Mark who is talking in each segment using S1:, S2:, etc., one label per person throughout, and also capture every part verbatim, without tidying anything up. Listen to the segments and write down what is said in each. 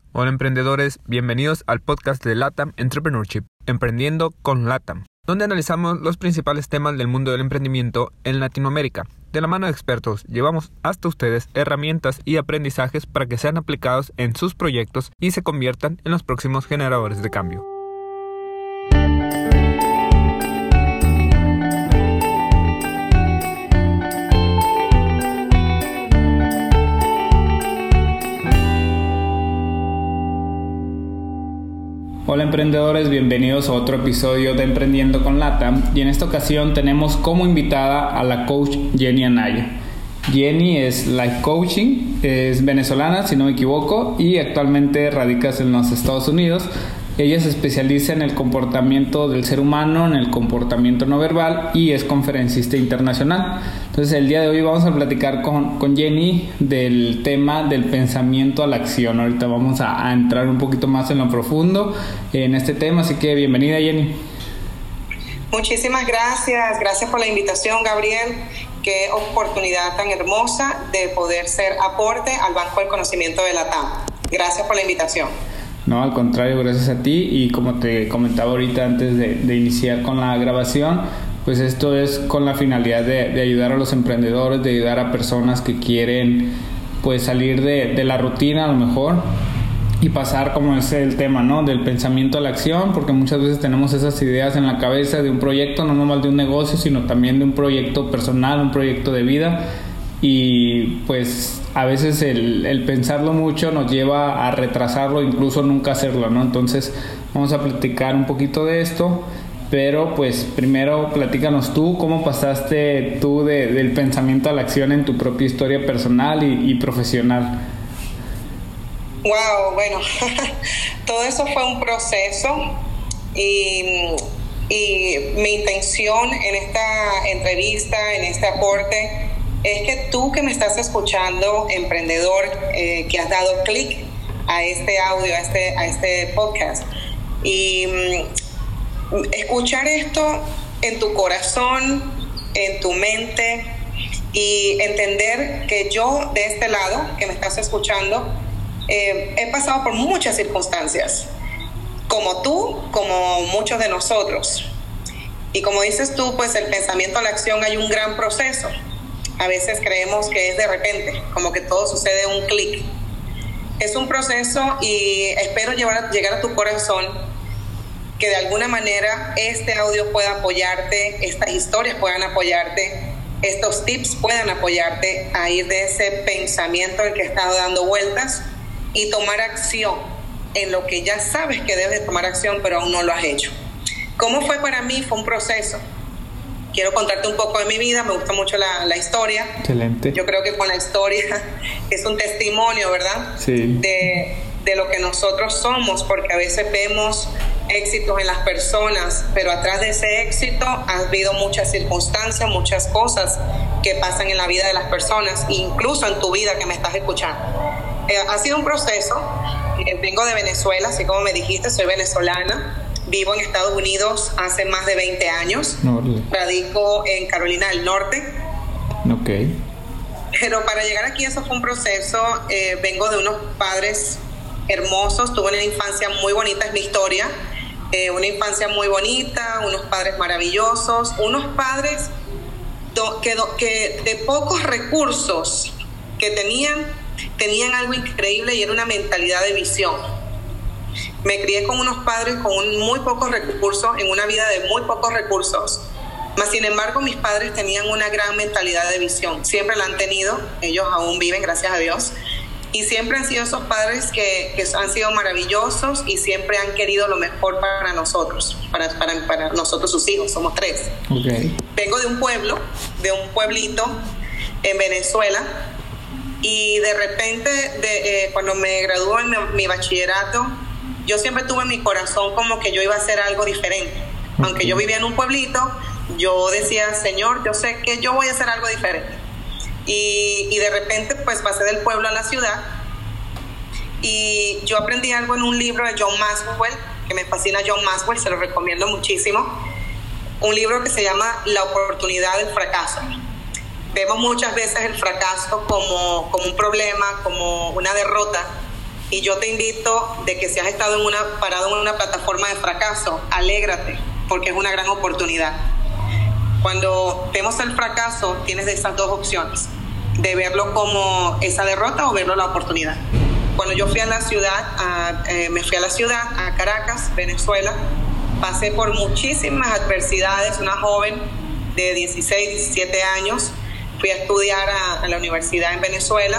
S1: Hola emprendedores, bienvenidos al podcast de LATAM Entrepreneurship, Emprendiendo con LATAM, donde analizamos los principales temas del mundo del emprendimiento en Latinoamérica. De la mano de expertos, llevamos hasta ustedes herramientas y aprendizajes para que sean aplicados en sus proyectos y se conviertan en los próximos generadores de cambio.
S2: Hola emprendedores, bienvenidos a otro episodio de Emprendiendo con LATAM, y en esta ocasión tenemos como invitada a la coach Jenny Anaya. Jenny es life coaching, es venezolana si no me equivoco y actualmente radica en los Estados Unidos. Ella se especializa en el comportamiento del ser humano, en el comportamiento no verbal y es conferencista internacional. Entonces el día de hoy vamos a platicar con, con Jenny del tema del pensamiento a la acción. Ahorita vamos a, a entrar un poquito más en lo profundo en este tema, así que bienvenida Jenny.
S3: Muchísimas gracias, gracias por la invitación Gabriel. Qué oportunidad tan hermosa de poder ser aporte al Banco del Conocimiento de LATAM. Gracias por la invitación.
S2: No, al contrario, gracias a ti, y como te comentaba ahorita antes de, de iniciar con la grabación, pues esto es con la finalidad de, de ayudar a los emprendedores, de ayudar a personas que quieren pues salir de, de la rutina a lo mejor y pasar, como es el tema, ¿no?, del pensamiento a la acción, porque muchas veces tenemos esas ideas en la cabeza de un proyecto, no nomás de un negocio, sino también de un proyecto personal, un proyecto de vida, y pues a veces el, el pensarlo mucho nos lleva a retrasarlo, incluso nunca hacerlo, ¿no? Entonces vamos a platicar un poquito de esto, pero pues primero platícanos tú, ¿cómo pasaste tú de, del pensamiento a la acción en tu propia historia personal y, y profesional?
S3: Wow, bueno, todo eso fue un proceso y, y mi intención en esta entrevista, en este aporte, es que tú que me estás escuchando, emprendedor, eh, que has dado clic a este audio, a este, a este podcast, y mm, escuchar esto en tu corazón, en tu mente, y entender que yo de este lado, que me estás escuchando, eh, he pasado por muchas circunstancias, como tú, como muchos de nosotros. Y como dices tú, pues el pensamiento a la acción hay un gran proceso. A veces creemos que es de repente, como que todo sucede en un clic. Es un proceso y espero llevar, llegar a tu corazón, que de alguna manera este audio pueda apoyarte, estas historias puedan apoyarte, estos tips puedan apoyarte a ir de ese pensamiento en que has estado dando vueltas y tomar acción en lo que ya sabes que debes de tomar acción, pero aún no lo has hecho. ¿Cómo fue para mí? Fue un proceso. Quiero contarte un poco de mi vida, me gusta mucho la, la historia.
S2: Excelente.
S3: Yo creo que con la historia es un testimonio, ¿verdad?
S2: Sí.
S3: De, de lo que nosotros somos, porque a veces vemos éxitos en las personas, pero atrás de ese éxito ha habido muchas circunstancias, muchas cosas que pasan en la vida de las personas, incluso en tu vida que me estás escuchando. Eh, ha sido un proceso. Eh, vengo de Venezuela, así como me dijiste, soy venezolana. Vivo en Estados Unidos hace más de veinte años. No, radico en Carolina del Norte.
S2: Ok.
S3: Pero para llegar aquí eso fue un proceso. Eh, vengo de unos padres hermosos. Tuve una infancia muy bonita, es mi historia. Eh, una infancia muy bonita, unos padres maravillosos, unos padres do, que, do, que de pocos recursos que tenían, tenían algo increíble y era una mentalidad de visión. Me crié con unos padres con un, muy pocos recursos, en una vida de muy pocos recursos. Mas, sin embargo, mis padres tenían una gran mentalidad de visión. Siempre la han tenido, ellos aún viven, gracias a Dios. Y siempre han sido esos padres que, que han sido maravillosos y siempre han querido lo mejor para nosotros, para, para, para nosotros sus hijos, somos tres.
S2: Okay.
S3: Vengo de un pueblo, de un pueblito en Venezuela, y de repente, de, eh, cuando me graduó en mi, mi bachillerato, yo siempre tuve en mi corazón como que yo iba a hacer algo diferente. Okay. Aunque yo vivía en un pueblito, yo decía, Señor, yo sé que yo voy a hacer algo diferente. Y, y de repente, pues pasé del pueblo a la ciudad y yo aprendí algo en un libro de John Maxwell, que me fascina John Maxwell, se lo recomiendo muchísimo. Un libro que se llama La oportunidad del fracaso. Vemos muchas veces el fracaso como, como un problema, como una derrota, Y yo te invito de que si has estado en una, parado en una plataforma de fracaso, alégrate, porque es una gran oportunidad. Cuando vemos el fracaso, tienes esas dos opciones, de verlo como esa derrota o verlo la oportunidad. Cuando yo fui a la ciudad, a, eh, me fui a la ciudad, a Caracas, Venezuela, pasé por muchísimas adversidades, una joven de dieciséis, diecisiete años, fui a estudiar a, a la universidad en Venezuela,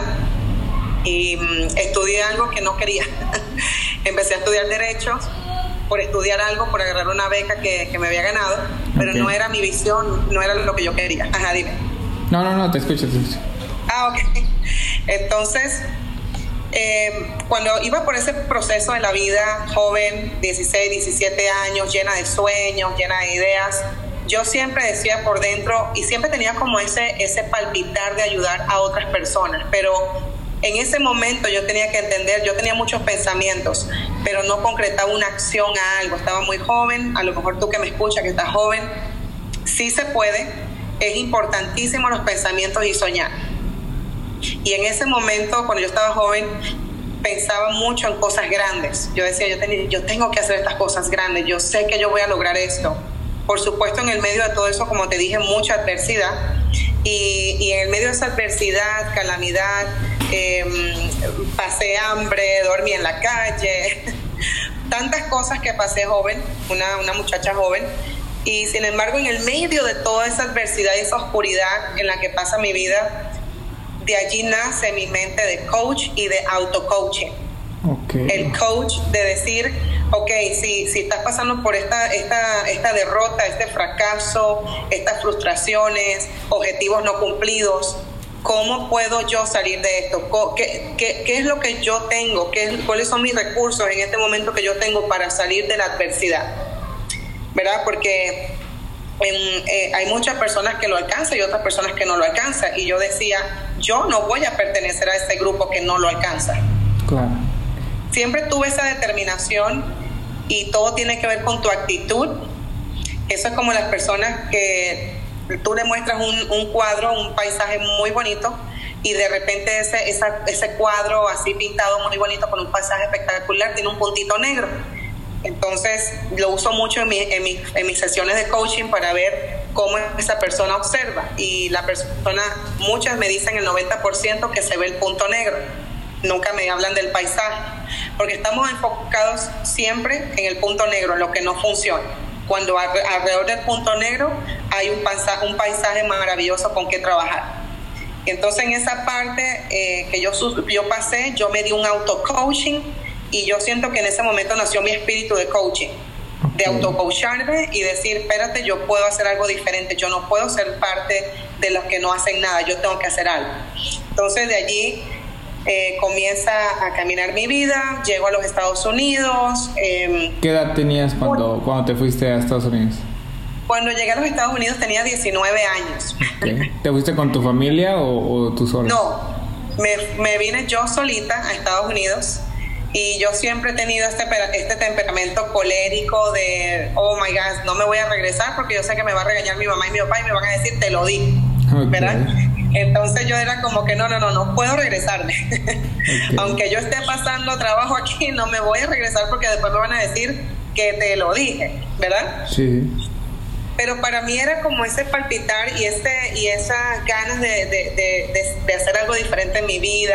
S3: y um, estudié algo que no quería. Empecé a estudiar derechos por estudiar algo, por agarrar una beca que, que me había ganado, pero okay. no era mi visión, no era lo que yo quería. Ajá, dime.
S2: No, no, no, te escucho, te escucho.
S3: Ah, ok. Entonces, eh, cuando iba por ese proceso de la vida, joven, dieciséis, diecisiete años, llena de sueños, llena de ideas, yo siempre decía por dentro, y siempre tenía como ese, ese palpitar de ayudar a otras personas, pero en ese momento yo tenía que entender, yo tenía muchos pensamientos, pero no concretaba una acción a algo. Estaba muy joven, a lo mejor tú que me escuchas, que estás joven, sí se puede, es importantísimo los pensamientos y soñar. Y en ese momento, cuando yo estaba joven, pensaba mucho en cosas grandes. Yo decía, yo, ten, yo tengo que hacer estas cosas grandes, yo sé que yo voy a lograr esto. Por supuesto, en el medio de todo eso, como te dije, mucha adversidad. Y, y en el medio de esa adversidad, calamidad, eh, pasé hambre, dormí en la calle, tantas cosas que pasé joven, una, una muchacha joven, y sin embargo en el medio de toda esa adversidad y esa oscuridad en la que pasa mi vida, de allí nace mi mente de coach y de auto-coaching. Okay. El coach de decir, ok, si, si estás pasando por esta, esta, esta derrota, este fracaso, estas frustraciones, objetivos no cumplidos, ¿cómo puedo yo salir de esto? ¿Qué, qué, qué es lo que yo tengo? ¿Qué, ¿Cuáles son mis recursos en este momento que yo tengo para salir de la adversidad? ¿Verdad? Porque en, eh, hay muchas personas que lo alcanzan y otras personas que no lo alcanzan. Y yo decía, yo no voy a pertenecer a ese grupo que no lo alcanza. Claro. Siempre tuve esa determinación y todo tiene que ver con tu actitud. Eso es como las personas que tú le muestras un, un cuadro, un paisaje muy bonito y de repente ese, esa, ese cuadro así pintado muy bonito con un paisaje espectacular tiene un puntito negro. Entonces lo uso mucho en, mi, en, mi, en mis sesiones de coaching para ver cómo esa persona observa, y la persona, muchas me dicen el noventa por ciento que se ve el punto negro. Nunca me hablan del paisaje, porque estamos enfocados siempre en el punto negro, en lo que no funciona, cuando alrededor del punto negro hay un paisaje, un paisaje maravilloso con que trabajar. Entonces en esa parte eh, que yo, yo pasé, yo me di un auto-coaching, y yo siento que en ese momento nació mi espíritu de coaching, de auto-coacharme y decir, espérate, yo puedo hacer algo diferente, yo no puedo ser parte de los que no hacen nada, yo tengo que hacer algo. Entonces de allí Eh, comienza a caminar mi vida, llego a los Estados Unidos. Eh,
S2: ¿Qué edad tenías cuando, bueno, cuando te fuiste a Estados Unidos?
S3: Cuando llegué a los Estados Unidos tenía diecinueve años.
S2: Okay. ¿Te fuiste con tu familia o, o tú sola?
S3: No, me, me vine yo solita a Estados Unidos, y yo siempre he tenido este, este temperamento colérico de, oh my God, no me voy a regresar porque yo sé que me va a regañar mi mamá y mi papá y me van a decir, te lo di, okay. ¿Verdad? Entonces yo era como que no, no, no, no puedo regresarme. Okay. Aunque yo esté pasando trabajo aquí, no me voy a regresar porque después me van a decir que te lo dije, ¿verdad? Sí. Pero para mí era como ese palpitar y, ese, y esas ganas de, de, de, de, de hacer algo diferente en mi vida,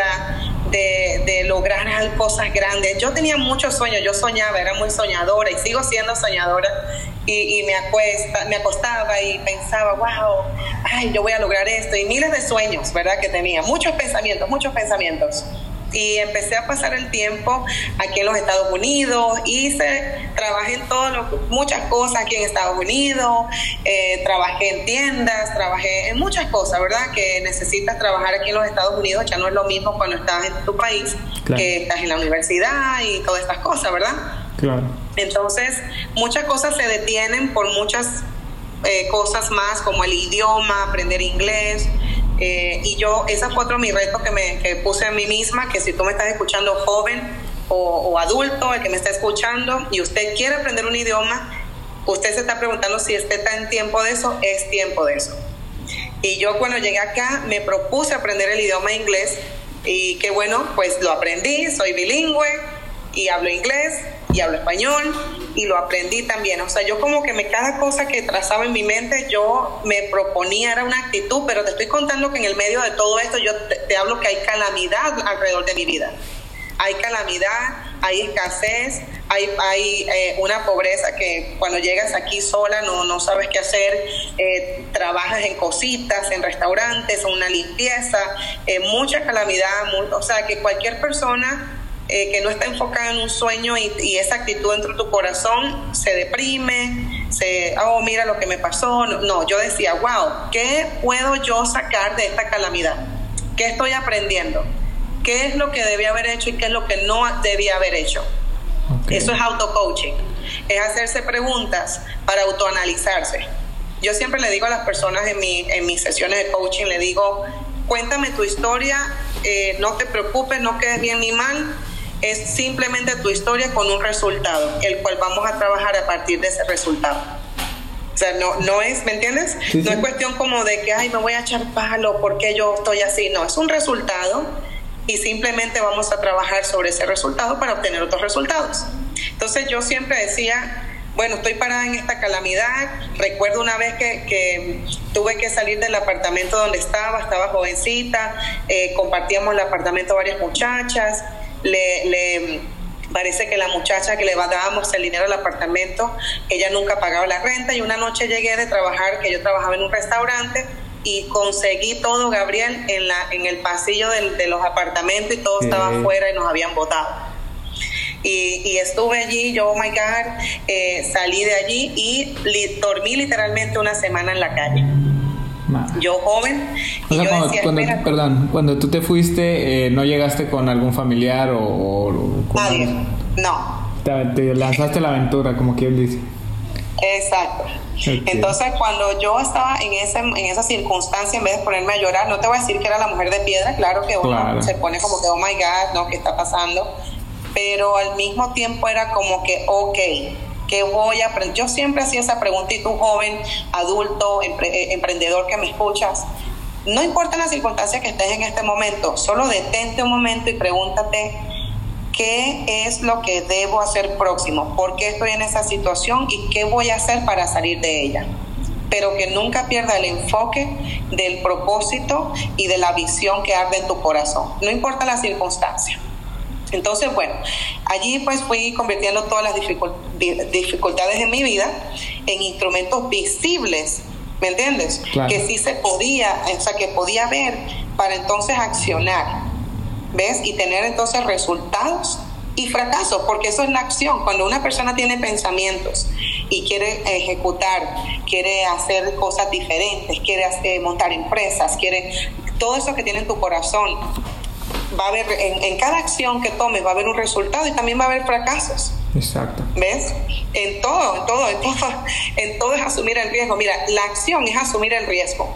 S3: de, de lograr cosas grandes. Yo tenía muchos sueños, yo soñaba, era muy soñadora y sigo siendo soñadora. Y, y me, acuesta, me acostaba y pensaba, wow, ay, yo voy a lograr esto. Y miles de sueños, ¿verdad? Que tenía, muchos pensamientos, muchos pensamientos. Y empecé a pasar el tiempo aquí en los Estados Unidos, hice, trabajé en todo lo, muchas cosas aquí en Estados Unidos, eh, trabajé en tiendas, trabajé en muchas cosas, ¿verdad? Que necesitas trabajar aquí en los Estados Unidos, ya no es lo mismo cuando estás en tu país, claro, que estás en la universidad y todas estas cosas, ¿verdad? Claro. Entonces, muchas cosas se detienen por muchas eh, cosas más, como el idioma, aprender inglés. Eh, y yo, ese fue otro mi reto que, me, que puse a mí misma, que si tú me estás escuchando joven o, o adulto, el que me está escuchando, y usted quiere aprender un idioma, usted se está preguntando si este está en tiempo de eso, es tiempo de eso. Y yo cuando llegué acá me propuse aprender el idioma inglés, Y qué bueno, pues lo aprendí, soy bilingüe y hablo inglés y hablo español y lo aprendí también. O sea, yo como que me cada cosa que trazaba en mi mente, yo me proponía, era una actitud, pero te estoy contando que en el medio de todo esto yo te, te hablo que hay calamidad alrededor de mi vida. Hay calamidad, hay escasez, hay, hay eh, una pobreza que cuando llegas aquí sola no, no sabes qué hacer, eh, trabajas en cositas, en restaurantes, en una limpieza, eh, mucha calamidad, muy, o sea que cualquier persona eh, que no está enfocada en un sueño y, y esa actitud dentro de tu corazón se deprime, se, oh mira lo que me pasó, no, no, yo decía, wow, ¿qué puedo yo sacar de esta calamidad? ¿Qué estoy aprendiendo? ¿Qué es lo que debía haber hecho y qué es lo que no debía haber hecho? Okay. Eso es auto-coaching. Es hacerse preguntas para autoanalizarse. Yo siempre le digo a las personas en, mi, en mis sesiones de coaching, le digo, cuéntame tu historia, eh, no te preocupes, no quedes bien ni mal, es simplemente tu historia con un resultado, el cual vamos a trabajar a partir de ese resultado. O sea, no, no es, ¿me entiendes? Sí, no sí. Es cuestión como de que, ay, me voy a echar palo porque yo estoy así. No, es un resultado y simplemente vamos a trabajar sobre ese resultado para obtener otros resultados. Entonces yo siempre decía, bueno, estoy parada en esta calamidad. Recuerdo una vez que, que tuve que salir del apartamento donde estaba, estaba jovencita, eh, compartíamos el apartamento varias muchachas, le... le parece que la muchacha que le dábamos el dinero al apartamento, ella nunca pagaba la renta, y una noche llegué de trabajar, que yo trabajaba en un restaurante, y conseguí todo, Gabriel, en la en el pasillo de, de los apartamentos, y todo estaba
S2: Sí.
S3: afuera y nos habían botado. Y, y estuve allí, yo, oh my God, eh, salí de allí y li, dormí literalmente una semana en la calle.
S2: Ma.
S3: Yo joven,
S2: O
S3: y
S2: sea,
S3: yo
S2: cuando,
S3: decía,
S2: cuando,
S3: espérate,
S2: perdón, cuando tú te fuiste, eh, ¿no llegaste con algún familiar o, o con
S3: nadie,
S2: algún-
S3: no.
S2: te, te lanzaste a la aventura, como quien dice?
S3: Exacto.
S2: Okay.
S3: Entonces, cuando yo estaba en esa, en esa circunstancia, en vez de ponerme a llorar, no te voy a decir que era la mujer de piedra, claro que uno
S2: Claro.
S3: se pone como que, oh my God, ¿no? ¿Qué está pasando? Pero al mismo tiempo era como que, ok, ¿qué voy a aprender? Yo siempre hacía esa pregunta, y tú, joven, adulto, empre- eh, emprendedor que me escuchas, no importa la circunstancia que estés en este momento, solo detente un momento y pregúntate, ¿qué es lo que debo hacer próximo? ¿Por qué estoy en esa situación y qué voy a hacer para salir de ella? Pero que nunca pierda el enfoque del propósito y de la visión que arde en tu corazón, no importa la circunstancia. Entonces, bueno, allí pues fui convirtiendo todas las dificult- dificultades de mi vida en instrumentos visibles, ¿me entiendes?
S2: Claro.
S3: Que sí se podía, o sea, que podía ver para entonces accionar, ¿ves? Y tener entonces resultados y fracasos, porque eso es la acción. Cuando una persona tiene pensamientos y quiere ejecutar, quiere hacer cosas diferentes, quiere hacer, montar empresas, quiere todo eso que tiene en tu corazón, va a haber, en, en cada acción que tomes va a haber un resultado y también va a haber fracasos.
S2: Exacto.
S3: ¿Ves? En todo, en todo, en todo, en todo es asumir el riesgo. Mira, la acción es asumir el riesgo.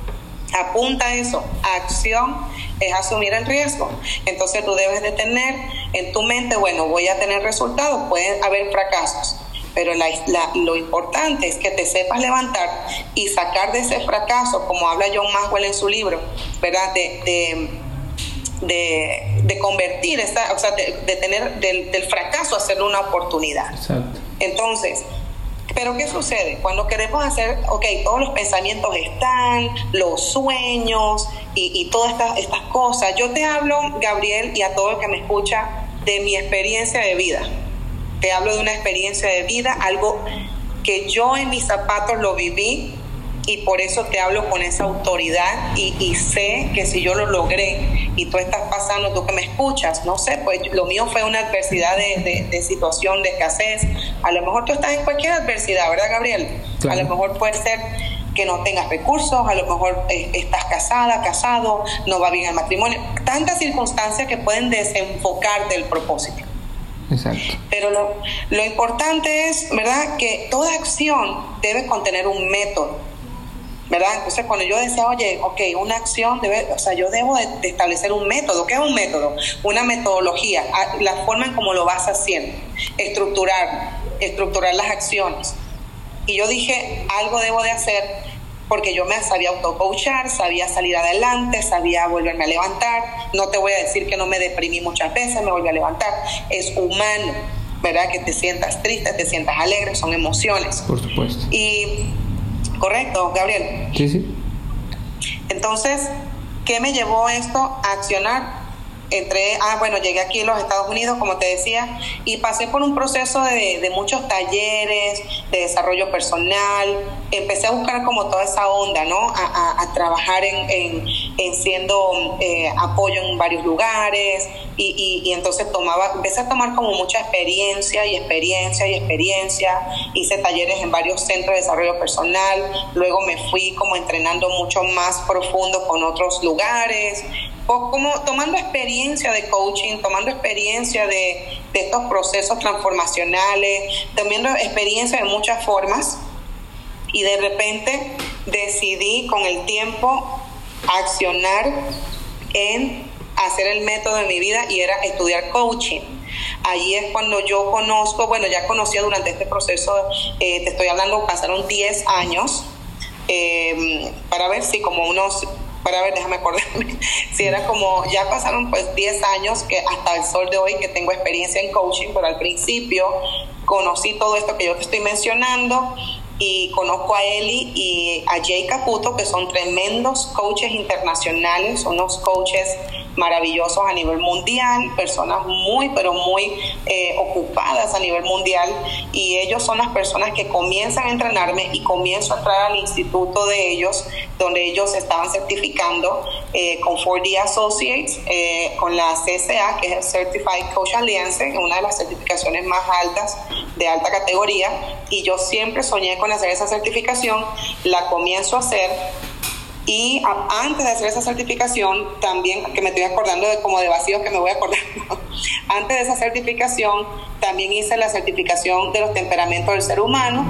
S3: Apunta eso. Acción es asumir el riesgo. Entonces tú debes de tener en tu mente, bueno, voy a tener resultados, pueden haber fracasos, pero la, la, lo importante es que te sepas levantar y sacar de ese fracaso, como habla John Maxwell en su libro, ¿verdad? De... de De, de convertir esa, o sea, de, de tener del, del fracaso hacerlo una oportunidad.
S2: Exacto.
S3: Entonces, pero ¿qué sucede? Cuando queremos hacer, ok, todos los pensamientos están, los sueños y, y todas estas, estas cosas. Yo te hablo, Gabriel, y a todo el que me escucha, de mi experiencia de vida. Te hablo de una experiencia de vida, algo que yo en mis zapatos lo viví, y por eso te hablo con esa autoridad, y, y sé que si yo lo logré y tú estás pasando, tú que me escuchas, no sé, pues lo mío fue una adversidad de, de, de situación de escasez. A lo mejor tú estás en cualquier adversidad, ¿verdad, Gabriel?
S2: Claro.
S3: A lo mejor puede ser que no tengas recursos, a lo mejor eh, estás casada, casado, no va bien el matrimonio, tantas circunstancias que pueden desenfocar del propósito.
S2: Exacto.
S3: Pero lo, lo importante es, ¿verdad?, que toda acción debe contener un método, ¿verdad? Entonces, cuando yo decía, oye, ok, una acción debe, o sea, yo debo de, de establecer un método. ¿Qué es un método? Una metodología, la forma en cómo lo vas haciendo, estructurar, estructurar las acciones. Y yo dije, algo debo de hacer porque yo me sabía autocoachar, sabía salir adelante, sabía volverme a levantar. No te voy a decir que no me deprimí muchas veces, me volví a levantar. Es humano, ¿verdad? Que te sientas triste, te sientas alegre, son emociones.
S2: Por supuesto.
S3: Y, correcto, Gabriel.
S2: Sí, sí.
S3: Entonces, ¿qué me llevó esto a accionar? Entré, ah, bueno, llegué aquí a los Estados Unidos, como te decía, y pasé por un proceso de, de muchos talleres, de desarrollo personal. Empecé a buscar como toda esa onda, ¿no? A, a, a trabajar en, en, en siendo eh, apoyo en varios lugares, y, y, y entonces tomaba, empecé a tomar como mucha experiencia y experiencia y experiencia. Hice talleres en varios centros de desarrollo personal, luego me fui como entrenando mucho más profundo con otros lugares, o como tomando experiencia de coaching, tomando experiencia de, de estos procesos transformacionales, tomando experiencia de muchas formas, y de repente decidí con el tiempo accionar en hacer el método de mi vida, y era estudiar coaching. Allí es cuando yo conozco, bueno, ya conocía durante este proceso, eh, te estoy hablando, pasaron diez años, eh, para ver si como unos... para ver, déjame acordarme, si era como, ya pasaron pues diez años que hasta el sol de hoy que tengo experiencia en coaching, pero al principio conocí todo esto que yo te estoy mencionando, y conozco a Eli y a Jay Caputo, que son tremendos coaches internacionales, unos coaches maravillosos a nivel mundial, personas muy, pero muy eh, ocupadas a nivel mundial, y ellos son las personas que comienzan a entrenarme, y comienzo a entrar al instituto de ellos, donde ellos estaban certificando eh, con cuatro D Associates, eh, con la C C A, que es el Certified Coach Alliance, una de las certificaciones más altas, de alta categoría, y yo siempre soñé con hacer esa certificación. La comienzo a hacer, y a, antes de hacer esa certificación también, que me estoy acordando de como de vacíos que me voy acordando, antes de esa certificación también hice la certificación de los temperamentos del ser humano,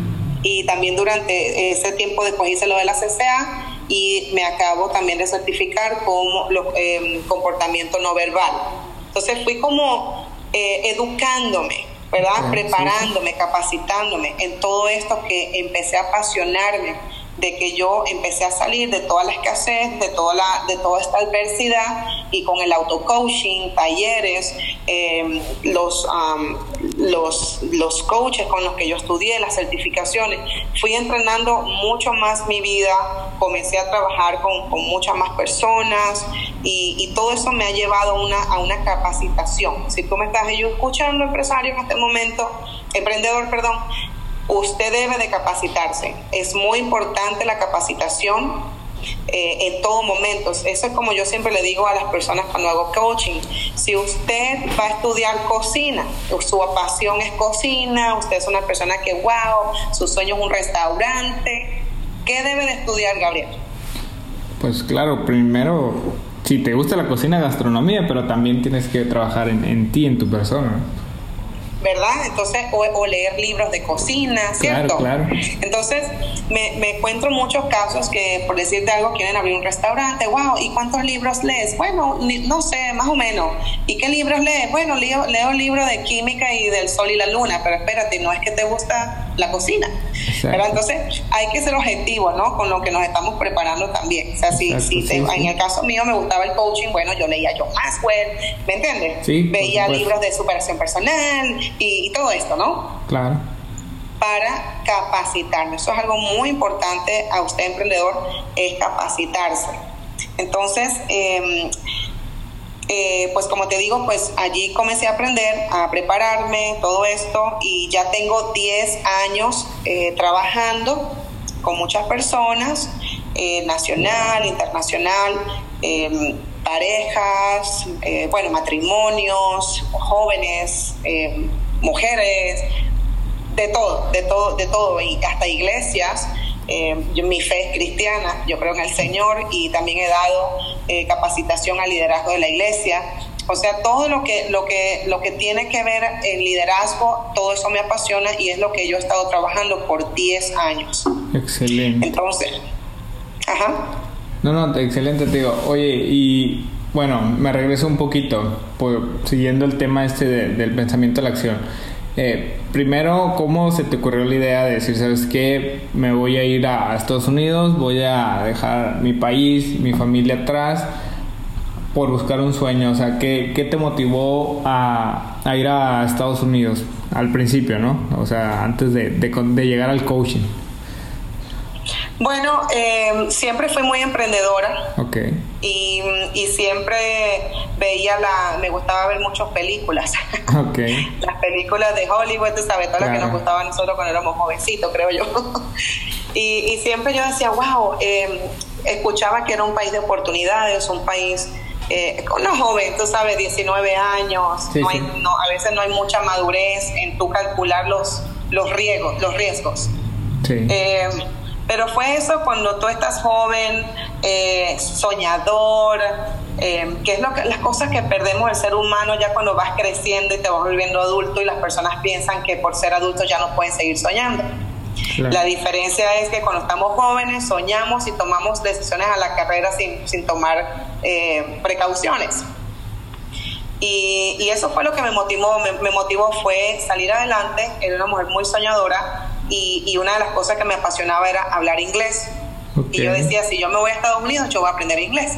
S3: y también durante ese tiempo después hice lo de la C C A, y me acabo también de certificar como los, eh, comportamiento no verbal. Entonces fui como eh, educándome, ¿verdad? Okay, preparándome, sí, sí. capacitándome en todo esto, que empecé a apasionarme, de que yo empecé a salir de toda la escasez, de toda la, de toda esta adversidad, y con el auto-coaching, talleres, eh, los, um, los, los coaches con los que yo estudié, las certificaciones, fui entrenando mucho más mi vida, comencé a trabajar con, con muchas más personas, y, y todo eso me ha llevado a una, a una capacitación. Si tú me estás escuchando, empresario, en este momento, emprendedor, perdón, usted debe de capacitarse. Es muy importante la capacitación eh, en todo momento. Eso es como yo siempre le digo a las personas cuando hago coaching. Si usted va a estudiar cocina, su pasión es cocina, usted es una persona que wow, su sueño es un restaurante, ¿qué debe de estudiar, Gabriel?
S2: Pues claro, primero, si te gusta la cocina, gastronomía, pero también tienes que trabajar en, en ti, en tu persona,
S3: ¿verdad? Entonces, o, o leer libros de cocina, ¿cierto?
S2: Claro, claro.
S3: Entonces, me, me encuentro muchos casos que, por decirte algo, quieren abrir un restaurante. Wow, ¿y cuántos libros lees? Bueno, ni, no sé, más o menos. ¿Y qué libros lees? Bueno, leo, leo libros de química y del sol y la luna, pero espérate, no es que te gusta la cocina, ¿verdad? Entonces, hay que ser objetivo, ¿no? Con lo que nos estamos preparando también. O sea, si, Exacto, si te, sí, en sí. el caso mío me gustaba el coaching, bueno, yo leía John Maxwell, ¿me entiendes?
S2: Sí,
S3: veía libros de superación personal, Y, y todo esto, ¿no?
S2: Claro.
S3: Para capacitarme. Eso es algo muy importante a usted, emprendedor, es capacitarse. Entonces, eh, eh, pues como te digo, pues allí comencé a aprender, a prepararme, todo esto, y ya tengo diez años eh, trabajando con muchas personas, eh, nacional, internacional, eh, parejas, eh, bueno, matrimonios, jóvenes, eh, mujeres, de todo, de todo, de todo, y hasta iglesias. Eh, yo, mi fe es cristiana, yo creo en el Señor, y también he dado eh, capacitación al liderazgo de la iglesia. O sea, todo lo que, lo que, lo que tiene que ver en liderazgo, todo eso me apasiona, y es lo que yo he estado trabajando por diez años.
S2: Excelente.
S3: Entonces, ajá.
S2: No, no, excelente, te digo. Oye, y bueno, me regreso un poquito, por, siguiendo el tema este de, del pensamiento a la acción. Eh, primero, ¿cómo se te ocurrió la idea de decir, sabes qué, me voy a ir a, a Estados Unidos, voy a dejar mi país, mi familia atrás por buscar un sueño? O sea, ¿qué, qué te motivó a, a ir a Estados Unidos al principio, ¿no? O sea, antes de, de, de llegar al coaching.
S3: Bueno, eh, siempre fui muy emprendedora.
S2: Okay.
S3: Y, y siempre veía la... Me gustaba ver muchas películas.
S2: Okay.
S3: Las películas de Hollywood, tú sabes, todas
S2: claro.
S3: las que nos gustaban a nosotros cuando éramos jovencitos, creo yo. y, y siempre yo decía, wow, eh, escuchaba que era un país de oportunidades, un país... Eh, no joven, tú sabes, diecinueve años,
S2: sí,
S3: no hay,
S2: sí.
S3: no, a veces no hay mucha madurez en tú calcular los, los riesgos. Los riesgos.
S2: Sí.
S3: Eh, pero fue eso cuando tú estás joven, eh, soñador, eh, que es lo que, las cosas que perdemos el ser humano ya cuando vas creciendo y te vas volviendo adulto y las personas piensan que por ser adultos ya no pueden seguir soñando. Claro. La diferencia es que cuando estamos jóvenes soñamos y tomamos decisiones a la carrera sin, sin tomar eh, precauciones. Y, y eso fue lo que me motivó, me, me motivó fue salir adelante. Era una mujer muy soñadora y, y una de las cosas que me apasionaba era hablar inglés. Okay. Y yo decía, si yo me voy a Estados Unidos, yo voy a aprender inglés.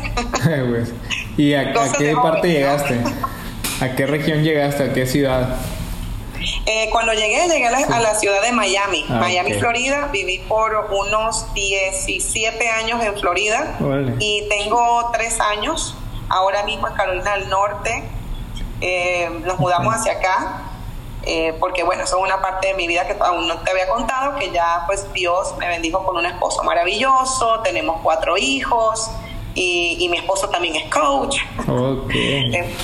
S2: ¿Y a, a qué parte joven, llegaste? ¿No? ¿A qué región llegaste? ¿A qué ciudad?
S3: Eh, cuando llegué, llegué a la, a la ciudad de Miami, ah, Miami, okay. Florida. Viví por unos diecisiete años en Florida. Vale. Y tengo tres años ahora mismo en Carolina del Norte. Eh, nos mudamos hacia acá eh, porque bueno, eso es una parte de mi vida que aún no te había contado, que ya pues Dios me bendijo con un esposo maravilloso, tenemos cuatro hijos y, y mi esposo también es coach.
S2: Okay.
S3: eh,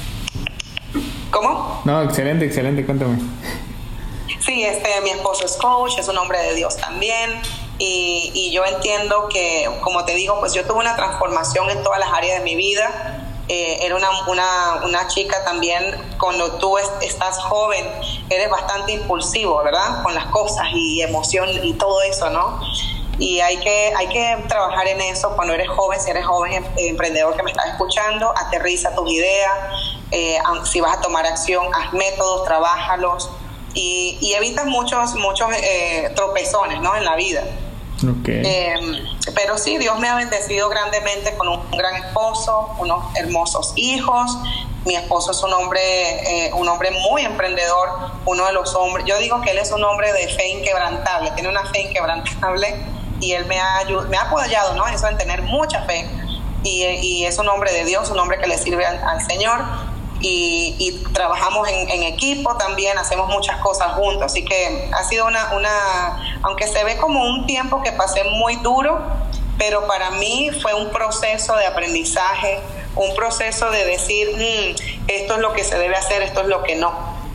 S3: ¿Cómo?
S2: No, excelente, excelente, cuéntame.
S3: Sí, este, mi esposo es coach, es un hombre de Dios también. Y, y yo entiendo que, como te digo, pues yo tuve una transformación en todas las áreas de mi vida. Eh, era una, una, una chica también, cuando tú es, estás joven, eres bastante impulsivo, ¿verdad? Con las cosas y emoción y todo eso, ¿no? Y hay que, hay que trabajar en eso cuando eres joven. Si eres joven emprendedor que me estás escuchando, aterriza tus ideas. Eh, si vas a tomar acción, haz métodos, trabájalos y, y evitas muchos, muchos eh, tropezones, ¿no? En la vida.
S2: Okay.
S3: Eh, pero sí, Dios me ha bendecido grandemente con un gran esposo, unos hermosos hijos. Mi esposo es un hombre, eh, un hombre muy emprendedor, uno de los hombres. Yo digo que él es un hombre de fe inquebrantable, tiene una fe inquebrantable y él me ha, me ha apoyado, ¿no? Eso en tener mucha fe. Y, y es un hombre de Dios, un hombre que le sirve al, al Señor. Y, y trabajamos en, en equipo también, hacemos muchas cosas juntos, así que ha sido una, una, aunque se ve como un tiempo que pasé muy duro, pero para mí fue un proceso de aprendizaje, un proceso de decir, mmm, esto es lo que se debe hacer, esto es lo que no.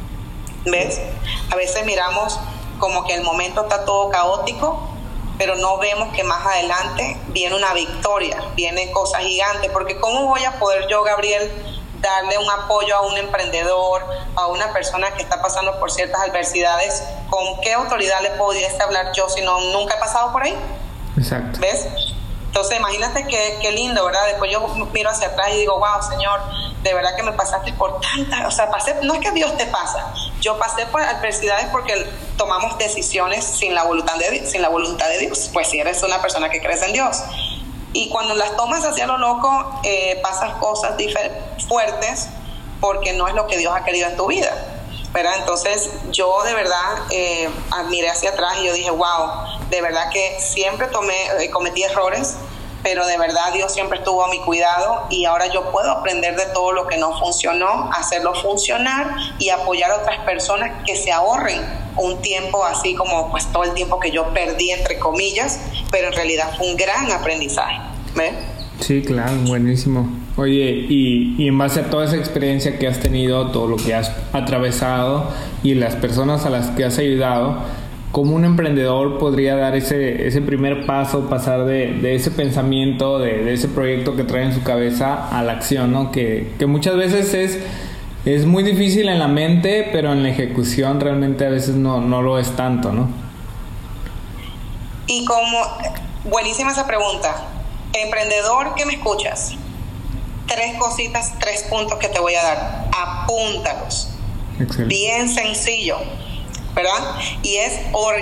S3: ¿Ves? A veces miramos como que el momento está todo caótico, pero no vemos que más adelante viene una victoria, vienen cosas gigantes, porque ¿cómo voy a poder yo, Gabriel, darle un apoyo a un emprendedor, a una persona que está pasando por ciertas adversidades? ¿Con qué autoridad le pudiese hablar yo si no, nunca he pasado por ahí?
S2: Exacto.
S3: ¿Ves? Entonces imagínate qué, qué lindo, ¿verdad? Después yo miro hacia atrás y digo, wow, Señor, de verdad que me pasaste por tantas, o sea, pasé, no es que Dios te pasa, yo pasé por adversidades porque tomamos decisiones sin la voluntad de, sin la voluntad de Dios, pues si eres una persona que crees en Dios. Y cuando las tomas hacia lo loco, eh, pasas cosas difer- fuertes porque no es lo que Dios ha querido en tu vida, ¿verdad? Entonces yo de verdad eh, miré hacia atrás y yo dije, wow, de verdad que siempre tomé, eh, cometí errores, pero de verdad Dios siempre estuvo a mi cuidado y ahora yo puedo aprender de todo lo que no funcionó, hacerlo funcionar y apoyar a otras personas que se ahorren un tiempo así como pues todo el tiempo que yo perdí entre comillas, pero en realidad fue un gran aprendizaje. ¿Ves?
S2: Sí, claro, buenísimo. Oye, y, y en base a toda esa experiencia que has tenido, todo lo que has atravesado y las personas a las que has ayudado, ¿cómo un emprendedor podría dar ese, ese primer paso, pasar de, de ese pensamiento, de, de ese proyecto que trae en su cabeza a la acción, ¿no? Que, que muchas veces es, es muy difícil en la mente, pero en la ejecución realmente a veces no, no lo es tanto, ¿no?
S3: Y como, buenísima esa pregunta. Emprendedor que me escuchas, tres cositas, tres puntos que te voy a dar. Apúntalos.
S2: Excelente.
S3: Bien sencillo, ¿verdad? Y es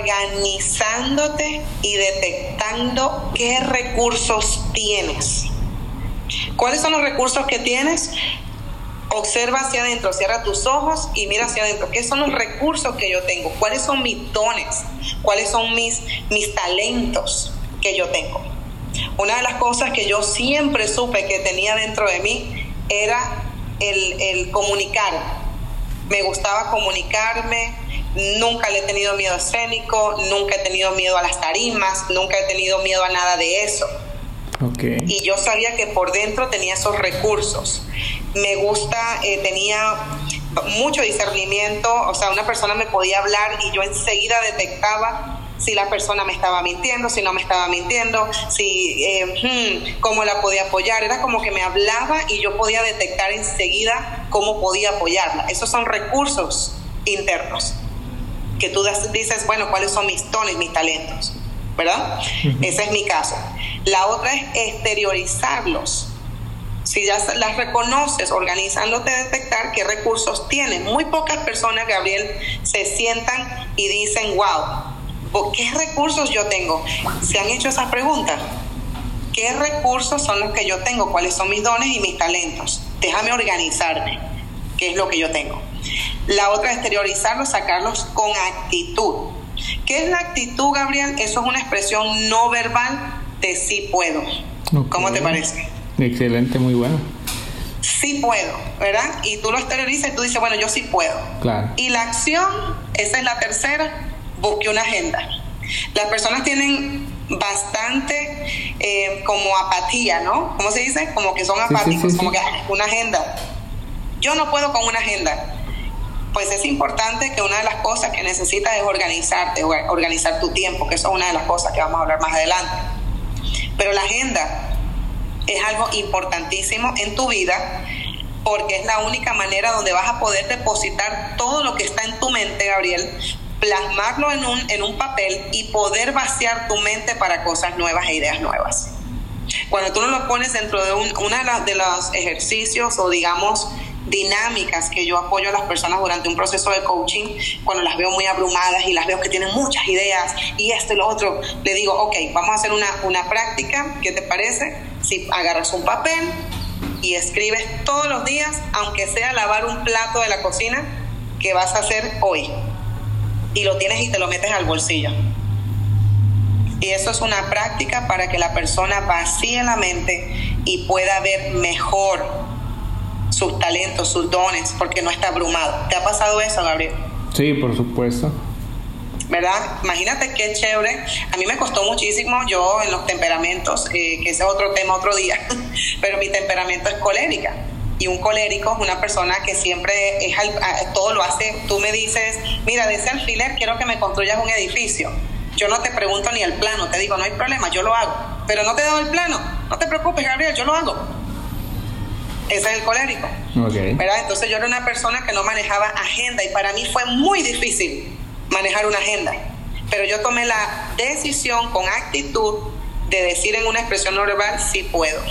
S3: organizándote y detectando qué recursos tienes. ¿Cuáles son los recursos que tienes? Observa hacia adentro, cierra tus ojos y mira hacia adentro. ¿Qué son los recursos que yo tengo? ¿Cuáles son mis dones? ¿Cuáles son mis, mis talentos que yo tengo? Una de las cosas que yo siempre supe que tenía dentro de mí era el, el comunicar. Me gustaba comunicarme, nunca le he tenido miedo escénico, nunca he tenido miedo a las tarimas, nunca he tenido miedo a nada de eso.
S2: Okay.
S3: Y yo sabía que por dentro tenía esos recursos. Me gusta, eh, tenía mucho discernimiento, o sea, una persona me podía hablar y yo enseguida detectaba si la persona me estaba mintiendo, si no me estaba mintiendo, si eh, hmm, cómo la podía apoyar. Era como que me hablaba y yo podía detectar enseguida cómo podía apoyarla. Esos son recursos internos que tú dices, bueno, ¿cuáles son mis dones, mis talentos? ¿Verdad? Uh-huh. Ese es mi caso. La otra es exteriorizarlos. Si ya las reconoces, organizándote a detectar qué recursos tienes. Muy pocas personas, Gabriel, se sientan y dicen, wow, ¿qué recursos yo tengo? ¿Se han hecho esas preguntas? ¿Qué recursos son los que yo tengo? ¿Cuáles son mis dones y mis talentos? Déjame organizarme, qué es lo que yo tengo. La otra es exteriorizarlos, sacarlos con actitud. ¿Qué es la actitud, Gabriel? Eso es una expresión no verbal de sí puedo. Okay. ¿Cómo te parece?
S2: Excelente, muy bueno.
S3: Sí puedo, ¿verdad? Y tú lo exteriorizas y tú dices, bueno, yo sí puedo.
S2: Claro.
S3: Y la acción, esa es la tercera, busque una agenda. Las personas tienen bastante eh, como apatía, ¿no? ¿Cómo se dice? Como que son apáticos, sí, sí, sí, como sí. que una agenda. Yo no puedo con una agenda. Pues es importante que una de las cosas que necesitas es organizarte, organizar tu tiempo, que eso es una de las cosas que vamos a hablar más adelante. Pero la agenda es algo importantísimo en tu vida porque es la única manera donde vas a poder depositar todo lo que está en tu mente, Gabriel, plasmarlo en un, en un papel y poder vaciar tu mente para cosas nuevas e ideas nuevas. Cuando tú no lo pones dentro de un, una de, la, de los ejercicios o digamos dinámicas que yo apoyo a las personas durante un proceso de coaching, cuando las veo muy abrumadas y las veo que tienen muchas ideas y esto y lo otro, le digo, ok, vamos a hacer una, una práctica, ¿qué te parece? Si agarras un papel y escribes todos los días, aunque sea lavar un plato de la cocina, que vas a hacer hoy, y lo tienes y te lo metes al bolsillo. Y eso es una práctica para que la persona vacíe la mente y pueda ver mejor sus talentos, sus dones, porque no está abrumado. ¿Te ha pasado eso, Gabriel?
S2: Sí, por supuesto.
S3: ¿Verdad? Imagínate qué chévere. A mí me costó muchísimo, yo en los temperamentos, eh, que ese es otro tema otro día, pero mi temperamento es colérica. Y un colérico es una persona que siempre es al, todo lo hace. Tú me dices, mira, de ese alfiler quiero que me construyas un edificio. Yo no te pregunto ni el plano, te digo, no hay problema, yo lo hago. Pero no te he dado el plano, no te preocupes, Gabriel, yo lo hago. Ese es el colérico.
S2: Okay.
S3: ¿Verdad? Entonces yo era una persona que no manejaba agenda y para mí fue muy difícil manejar una agenda. Pero yo tomé la decisión con actitud de decir en una expresión no verbal, sí puedo.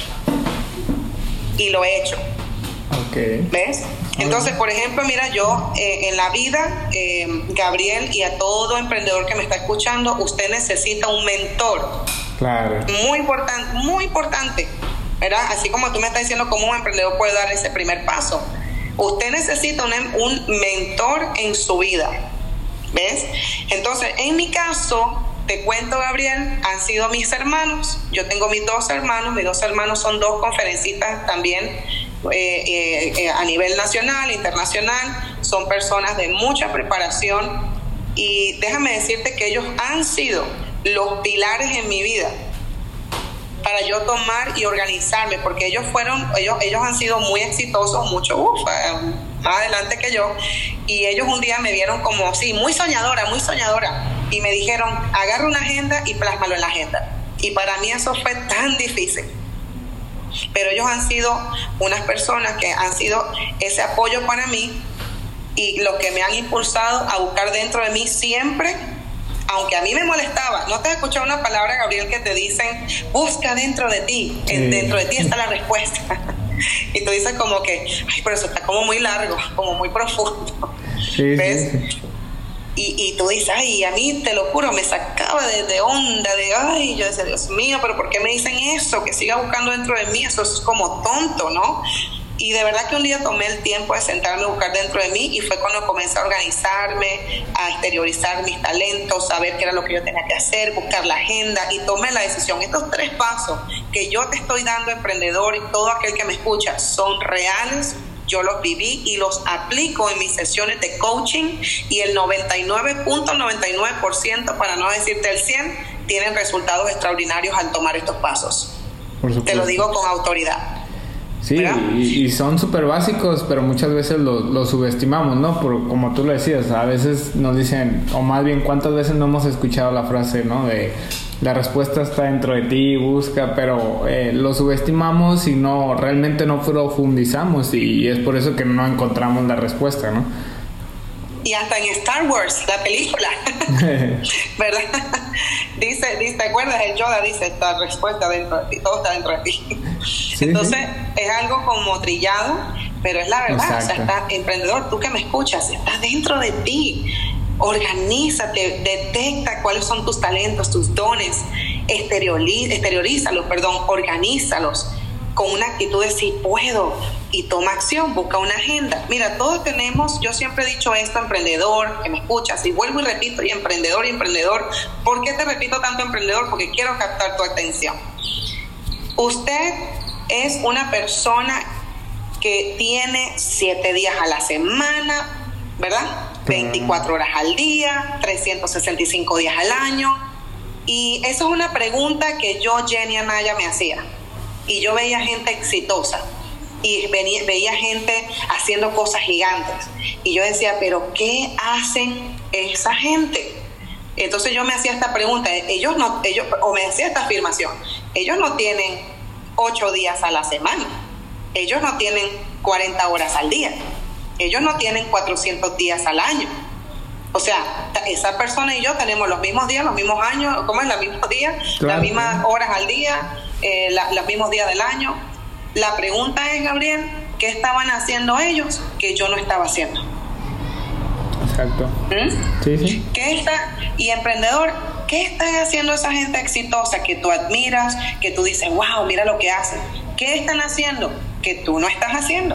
S3: Y lo he hecho.
S2: Okay.
S3: ¿Ves? Entonces, por ejemplo, mira, yo eh, en la vida, eh, Gabriel, y a todo emprendedor que me está escuchando, usted necesita un mentor.
S2: Claro.
S3: Muy importante, muy importante. ¿Verdad? Así como tú me estás diciendo cómo un emprendedor puede dar ese primer paso. Usted necesita un, un mentor en su vida. ¿Ves? Entonces, en mi caso, te cuento, Gabriel, han sido mis hermanos. Yo tengo mis dos hermanos. Mis dos hermanos son dos conferencistas también eh, eh, eh, a nivel nacional, internacional. Son personas de mucha preparación. Y déjame decirte que ellos han sido los pilares en mi vida para yo tomar y organizarme, porque ellos fueron, ellos, ellos han sido muy exitosos, mucho, uf, más adelante que yo, y ellos un día me vieron como, sí, muy soñadora, muy soñadora, y me dijeron, agarra una agenda y plásmalo en la agenda, y para mí eso fue tan difícil, pero ellos han sido unas personas que han sido ese apoyo para mí, y los que me han impulsado a buscar dentro de mí siempre. Aunque a mí me molestaba, ¿no te has escuchado una palabra, Gabriel, que te dicen, busca dentro de ti, sí. Dentro de ti está la respuesta? Y tú dices como que, ay, pero eso está como muy largo, como muy profundo.
S2: Sí,
S3: ¿ves?
S2: Sí, sí.
S3: Y, y tú dices, ay, a mí te lo juro, me sacaba de, de onda, de, ay, yo decía, Dios mío, pero ¿por qué me dicen eso? Que siga buscando dentro de mí, eso es como tonto, ¿no? Y de verdad que un día tomé el tiempo de sentarme a buscar dentro de mí y fue cuando comencé a organizarme, a exteriorizar mis talentos, saber qué era lo que yo tenía que hacer, buscar la agenda y tomé la decisión. Estos tres pasos que yo te estoy dando, emprendedor, y todo aquel que me escucha, son reales. Yo los viví y los aplico en mis sesiones de coaching y el noventa y nueve punto noventa y nueve por ciento, para no decirte el cien por ciento, tienen resultados extraordinarios al tomar estos pasos.
S2: Por supuesto.
S3: Te lo digo con autoridad.
S2: Sí, y, y son súper básicos, pero muchas veces los lo subestimamos, ¿no? Por, como tú lo decías, a veces nos dicen, o más bien, ¿cuántas veces no hemos escuchado la frase, ¿no? De la respuesta está dentro de ti, busca, pero eh, lo subestimamos y no, realmente no profundizamos y, y es por eso que no encontramos la respuesta, ¿no?
S3: Y hasta en Star Wars, la película, ¿verdad? Dice, dice, ¿te acuerdas? El Yoda dice, esta respuesta dentro de ti, todo está dentro de ti. Sí, Entonces, sí. es algo como trillado, pero es la verdad. Exacto. O sea, está, emprendedor, tú que me escuchas, está dentro de ti. Organízate, detecta cuáles son tus talentos, tus dones, exterioriz, exteriorízalos, perdón, organízalos con una actitud de sí puedo y toma acción, busca una agenda. Mira, todos tenemos, yo siempre he dicho esto, emprendedor, que me escuchas, y vuelvo y repito, y emprendedor, y emprendedor. ¿Por qué te repito tanto emprendedor? Porque quiero captar tu atención. Usted es una persona que tiene siete días a la semana, ¿verdad? veinticuatro horas al día, trescientos sesenta y cinco días al año. Y esa es una pregunta que yo, Jenny Anaya, me hacía. Y yo veía gente exitosa y venía, veía gente haciendo cosas gigantes. Y yo decía, ¿pero qué hacen esa gente? Entonces yo me hacía esta pregunta. Ellos no, ellos, o me hacía esta afirmación. Ellos no tienen ocho días a la semana. Ellos no tienen cuarenta horas al día. Ellos no tienen cuatrocientos días al año. O sea, esa persona y yo tenemos los mismos días, los mismos años, ¿cómo es? Los mismos días, claro. Las mismas horas al día, eh, la, los mismos días del año. La pregunta es, Gabriel, ¿qué estaban haciendo ellos que yo no estaba haciendo?
S2: Exacto.
S3: ¿Mm?
S2: Sí, sí.
S3: ¿Qué está? Y emprendedor, ¿qué está haciendo esa gente exitosa que tú admiras, que tú dices, wow, mira lo que hacen? ¿Qué están haciendo que tú no estás haciendo?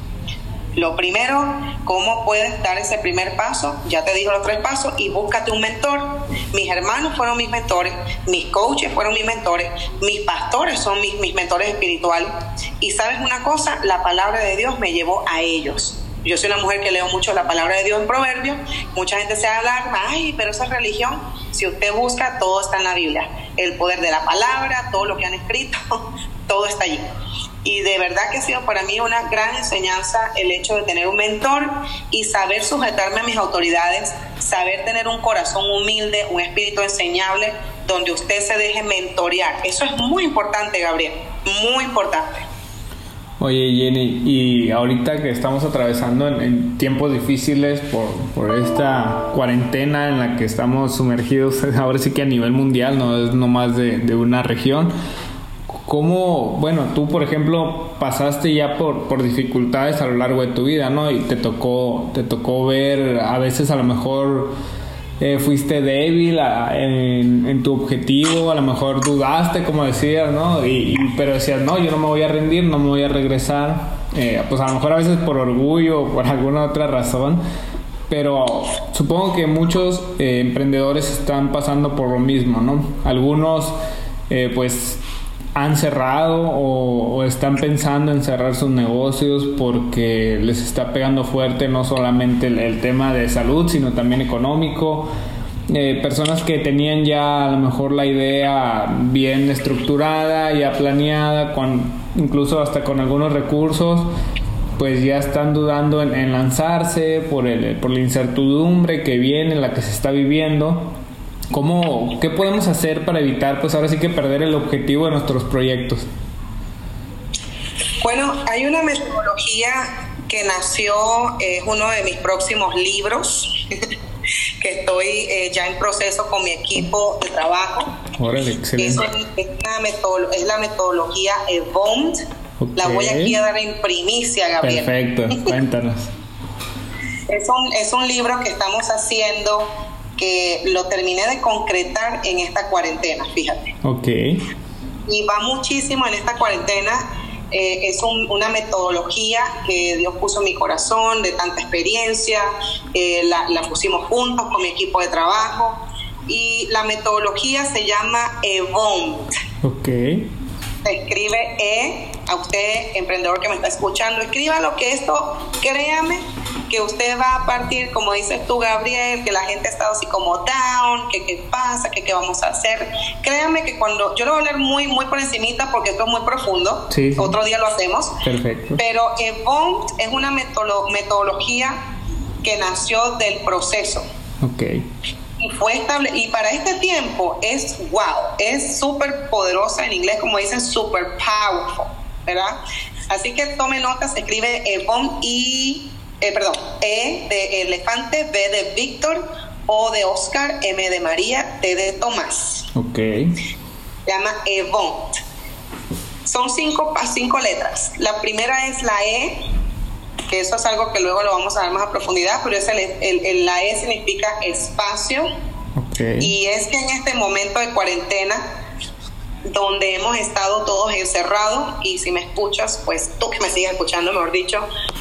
S3: Lo primero, ¿cómo puedes dar ese primer paso? Ya te digo los tres pasos y búscate un mentor. Mis hermanos fueron mis mentores, mis coaches fueron mis mentores, mis pastores son mis, mis mentores espirituales. Y ¿sabes una cosa? La palabra de Dios me llevó a ellos. Yo soy una mujer que leo mucho la palabra de Dios en Proverbios. Mucha gente se alarma, ay, pero esa es religión. Si usted busca, todo está en la Biblia. El poder de la palabra, todo lo que han escrito, todo está allí. Y de verdad que ha sido para mí una gran enseñanza el hecho de tener un mentor y saber sujetarme a mis autoridades, saber tener un corazón humilde, un espíritu enseñable, donde usted se deje mentorear. Eso es muy importante, Gabriel, muy importante.
S2: Oye, Jenny, y ahorita que estamos atravesando en, en tiempos difíciles por, por esta cuarentena en la que estamos sumergidos, ahora sí que a nivel mundial, no es nomás de, de una región, ¿cómo, bueno, tú por ejemplo pasaste ya por, por dificultades a lo largo de tu vida, ¿no? Y te tocó, te tocó ver, a veces a lo mejor eh, fuiste débil a, en, en tu objetivo, a lo mejor dudaste, como decías, ¿no? Y, y, pero decías, no, yo no me voy a rendir, no me voy a regresar, eh, pues a lo mejor a veces por orgullo o por alguna otra razón. Pero supongo que muchos eh, emprendedores están pasando por lo mismo, ¿no? Algunos eh, pues han cerrado o, o están pensando en cerrar sus negocios porque les está pegando fuerte no solamente el, el tema de salud, sino también económico. Eh, personas que tenían ya a lo mejor la idea bien estructurada, ya planeada, con, incluso hasta con algunos recursos, pues ya están dudando en, en lanzarse por, el, por la incertidumbre que viene, la que se está viviendo. ¿Cómo, qué podemos hacer para evitar, pues ahora sí que perder el objetivo de nuestros proyectos?
S3: Bueno, hay una metodología que nació, es eh, uno de mis próximos libros, que estoy eh, ya en proceso con mi equipo de trabajo.
S2: Órale, excelente.
S3: Eso es, una metodolo- es la metodología EVOMT. Okay. La voy aquí a dar en primicia, Gabriel.
S2: Perfecto, cuéntanos.
S3: Es un, es un libro que estamos haciendo, que lo terminé de concretar en esta cuarentena, fíjate.
S2: Ok.
S3: Y va muchísimo en esta cuarentena. Eh, es un, una metodología que Dios puso en mi corazón, de tanta experiencia. Eh, la, la pusimos juntos con mi equipo de trabajo. Y la metodología se llama EVONT.
S2: Ok.
S3: Se escribe E, a usted, emprendedor que me está escuchando, escriba lo que esto, créame que usted va a partir, como dices tú, Gabriel, que la gente ha estado así como down, que qué pasa, que qué vamos a hacer. Créame que cuando, yo lo voy a leer muy, muy por encimita porque esto es muy profundo,
S2: sí, sí.
S3: Otro día lo hacemos.
S2: Perfecto.
S3: Pero EVONT es una metolo- metodología que nació del proceso.
S2: Ok.
S3: Y fue estable, y para este tiempo es wow, es súper poderosa, en inglés como dicen, super powerful, ¿verdad? Así que tome notas, escribe EVONT y, eh, perdón, E de elefante, B de Víctor, O de Oscar, M de María, T de Tomás.
S2: Ok.
S3: Se llama EVONT. Son cinco, cinco letras. La primera es la E, que eso es algo que luego lo vamos a dar más a profundidad, pero es el, el, el, la E significa espacio.
S2: Okay.
S3: Y es que en este momento de cuarentena, donde hemos estado todos encerrados, y si me escuchas, pues tú que me sigues escuchando, mejor dicho,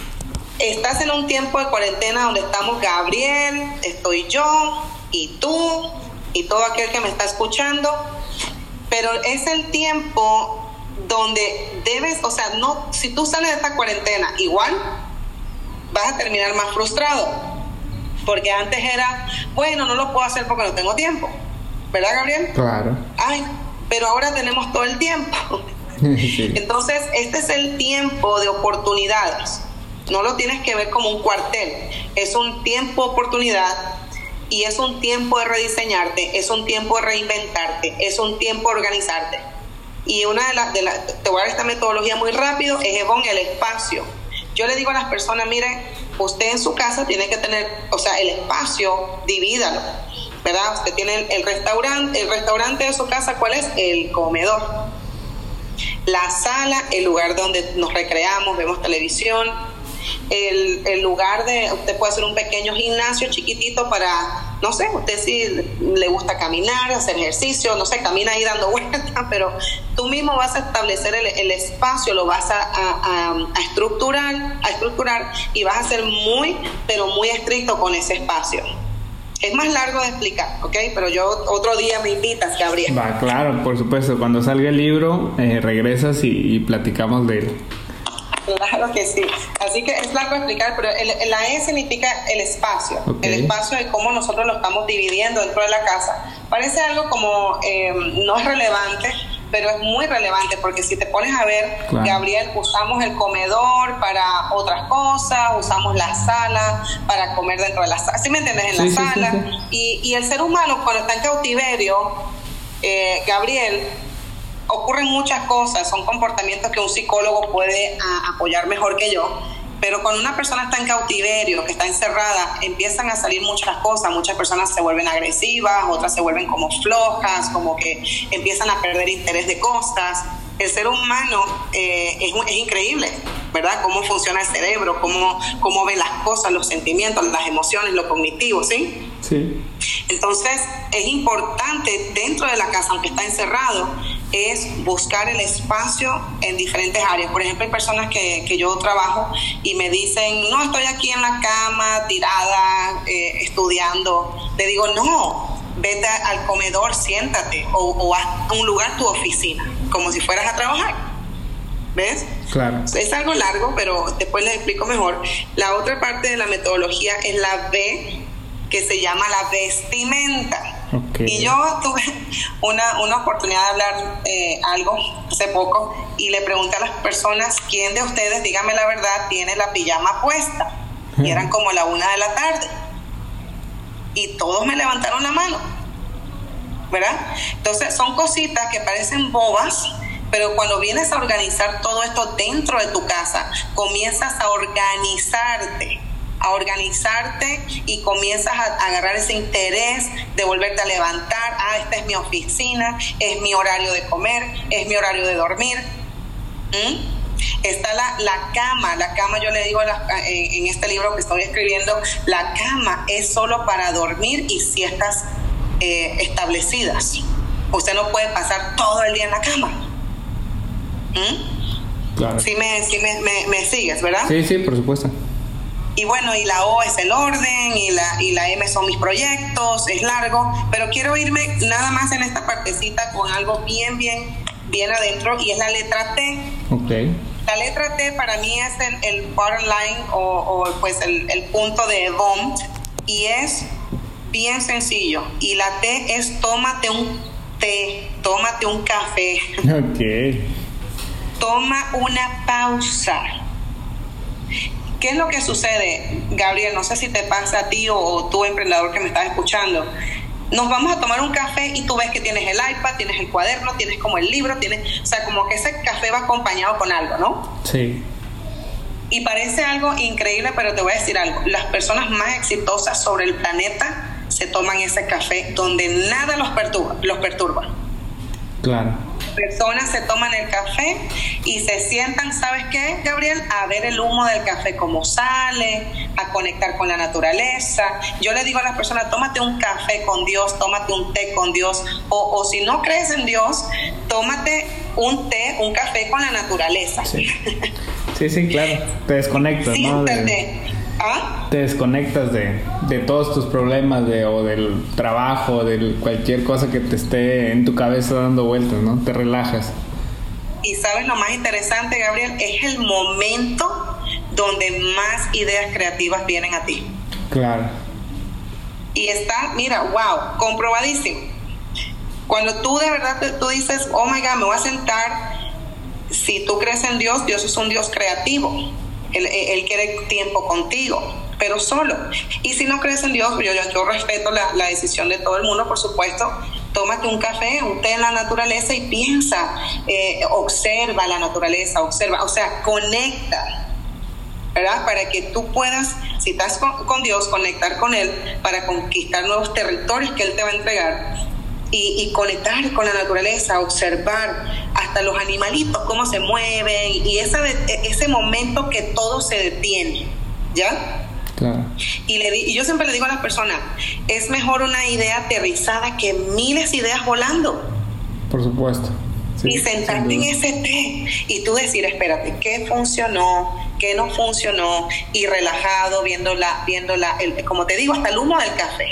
S3: estás en un tiempo de cuarentena donde estamos Gabriel, estoy yo, y tú, y todo aquel que me está escuchando, pero es el tiempo donde debes, o sea, no, si tú sales de esta cuarentena igual, vas a terminar más frustrado, porque antes era, bueno, no lo puedo hacer porque no tengo tiempo, ¿verdad, Gabriel?
S2: Claro.
S3: Ay, pero ahora tenemos todo el tiempo.
S2: Sí.
S3: Entonces, este es el tiempo de oportunidades. No lo tienes que ver como un cuartel, es un tiempo de oportunidad y es un tiempo de rediseñarte, es un tiempo de reinventarte, es un tiempo de organizarte. Y una de las, de la, te voy a dar esta metodología muy rápido, es EVONT, el espacio. Yo le digo a las personas, miren, usted en su casa tiene que tener, o sea, el espacio, divídalo, ¿verdad? Usted tiene el, el restaurante, el restaurante de su casa, ¿cuál es? El comedor. La sala, el lugar donde nos recreamos, vemos televisión. El, el lugar de, usted puede hacer un pequeño gimnasio chiquitito para, no sé, usted si le gusta caminar, hacer ejercicio, no sé, camina ahí dando vueltas, pero tú mismo vas a establecer el, el espacio, lo vas a, a, a estructurar, a estructurar y vas a ser muy, pero muy estricto con ese espacio. Es más largo de explicar, ¿ok? Pero yo otro día me invitas, Gabriel.
S2: Va, claro, por supuesto. Cuando salga el libro, eh, regresas y, y platicamos de él.
S3: Claro que sí. Así que es largo de explicar, pero el, la E significa el espacio. Okay. El espacio de cómo nosotros lo estamos dividiendo dentro de la casa. Parece algo como, eh, no es relevante, pero es muy relevante, porque si te pones a ver, claro. Gabriel, usamos el comedor para otras cosas, usamos la sala para comer dentro de la sala, ¿sí me entiendes? En sí, la sí, sala. Sí, sí. Y, y el ser humano, cuando está en cautiverio, eh, Gabriel, ocurren muchas cosas, son comportamientos que un psicólogo puede a, apoyar mejor que yo, pero cuando una persona está en cautiverio, que está encerrada, empiezan a salir muchas cosas, muchas personas se vuelven agresivas, otras se vuelven como flojas, como que empiezan a perder interés de cosas. El ser humano eh, es, es increíble, ¿verdad? Cómo funciona el cerebro, cómo, cómo ve las cosas, los sentimientos, las emociones, lo cognitivo, ¿sí?
S2: Sí.
S3: Entonces, es importante dentro de la casa, aunque está encerrado, es buscar el espacio en diferentes áreas. Por ejemplo, hay personas que, que yo trabajo y me dicen, no, estoy aquí en la cama, tirada, eh, estudiando. Le digo, no, vete al comedor, siéntate, o, o a un lugar, tu oficina, como si fueras a trabajar. ¿Ves?
S2: Claro.
S3: Es algo largo, pero después les explico mejor. La otra parte de la metodología es la B, que se llama la vestimenta.
S2: Okay.
S3: Y yo tuve una, una oportunidad de hablar eh, algo hace poco y le pregunté a las personas, ¿quién de ustedes, dígame la verdad, tiene la pijama puesta? Uh-huh. Y eran como la una de la tarde. Y todos me levantaron la mano, ¿verdad? Entonces son cositas que parecen bobas, pero cuando vienes a organizar todo esto dentro de tu casa, comienzas a organizarte. a organizarte y comienzas a agarrar ese interés de volverte a levantar. Ah, esta es mi oficina, es mi horario de comer, es mi horario de dormir. ¿Mm? Está la, la cama, la cama yo le digo la, en, en este libro que estoy escribiendo, la cama es solo para dormir y siestas eh, establecidas. Usted no puede pasar todo el día en la cama. ¿Mm?
S2: Claro.
S3: Sí, me, sí me, me, me sigues, ¿verdad?
S2: Sí, sí, por supuesto.
S3: Y bueno, y la O es el orden, y la, y la M son mis proyectos, es largo, pero quiero irme nada más en esta partecita con algo bien, bien, bien adentro, y es la letra T.
S2: Ok.
S3: La letra T para mí es el, el bottom line, o, o pues el, el punto de B O M T, y es bien sencillo. Y la T es tómate un té, tómate un café.
S2: Ok.
S3: Toma una pausa. ¿Qué es lo que sucede, Gabriel? No sé si te pasa a ti o, o tú, emprendedor que me estás escuchando. Nos vamos a tomar un café y tú ves que tienes el iPad, tienes el cuaderno, tienes como el libro, tienes, o sea, como que ese café va acompañado con algo, ¿no?
S2: Sí.
S3: Y parece algo increíble, pero te voy a decir algo. Las personas más exitosas sobre el planeta se toman ese café donde nada los perturba, los perturba.
S2: Claro.
S3: Personas se toman el café y se sientan, ¿sabes qué, Gabriel? A ver el humo del café cómo sale, a conectar con la naturaleza. Yo le digo a las personas, tómate un café con Dios, tómate un té con Dios, o, o si no crees en Dios, tómate un té, un café con la naturaleza.
S2: Sí, sí, sí, claro. Te desconectas, ¿no? De...
S3: ¿Ah?
S2: Te desconectas de, de todos tus problemas de, o del trabajo, de cualquier cosa que te esté en tu cabeza dando vueltas, ¿no? Te relajas.
S3: Y sabes lo más interesante, Gabriel, es el momento donde más ideas creativas vienen a ti.
S2: Claro.
S3: Y está, mira, wow, comprobadísimo. Cuando tú de verdad te, tú dices, oh my God, me voy a sentar. Si tú crees en Dios, Dios es un Dios creativo. Él, él quiere tiempo contigo, pero solo. Y si no crees en Dios, yo, yo, yo respeto la, la decisión de todo el mundo, por supuesto. Tómate un café, un té en la naturaleza y piensa, eh, observa la naturaleza, observa, o sea, conecta, ¿verdad? Para que tú puedas, si estás con, con Dios, conectar con Él para conquistar nuevos territorios que Él te va a entregar. Y, y conectar con la naturaleza, observar hasta los animalitos, cómo se mueven, y esa, ese momento que todo se detiene, ¿ya?
S2: Claro.
S3: Y, le, y yo siempre le digo a las personas, es mejor una idea aterrizada que miles de ideas volando.
S2: Por supuesto. Sí,
S3: y sentarte en ese té y tú decir, espérate, ¿qué funcionó? ¿Qué no funcionó? Y relajado, viendo la, viendo la, el, como te digo, hasta el humo del café.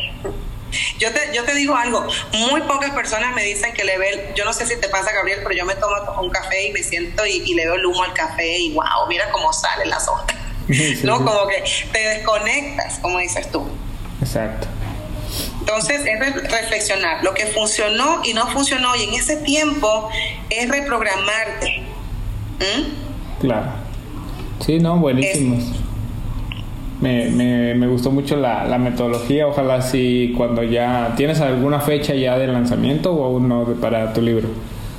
S3: Yo te, yo te digo algo, muy pocas personas me dicen que le ve, yo no sé si te pasa, Gabriel, pero yo me tomo un café y me siento y, y le veo el humo al café y wow, mira cómo salen las hojas. Sí, ¿no? Sí. Como que te desconectas, como dices tú.
S2: Exacto.
S3: Entonces es re- reflexionar lo que funcionó y no funcionó, y en ese tiempo es reprogramarte. ¿Mm?
S2: Claro. Sí, no, buenísimos. Es, Me, me, me gustó mucho la, la metodología. Ojalá si cuando ya... ¿Tienes alguna fecha ya de lanzamiento o aún no para tu libro?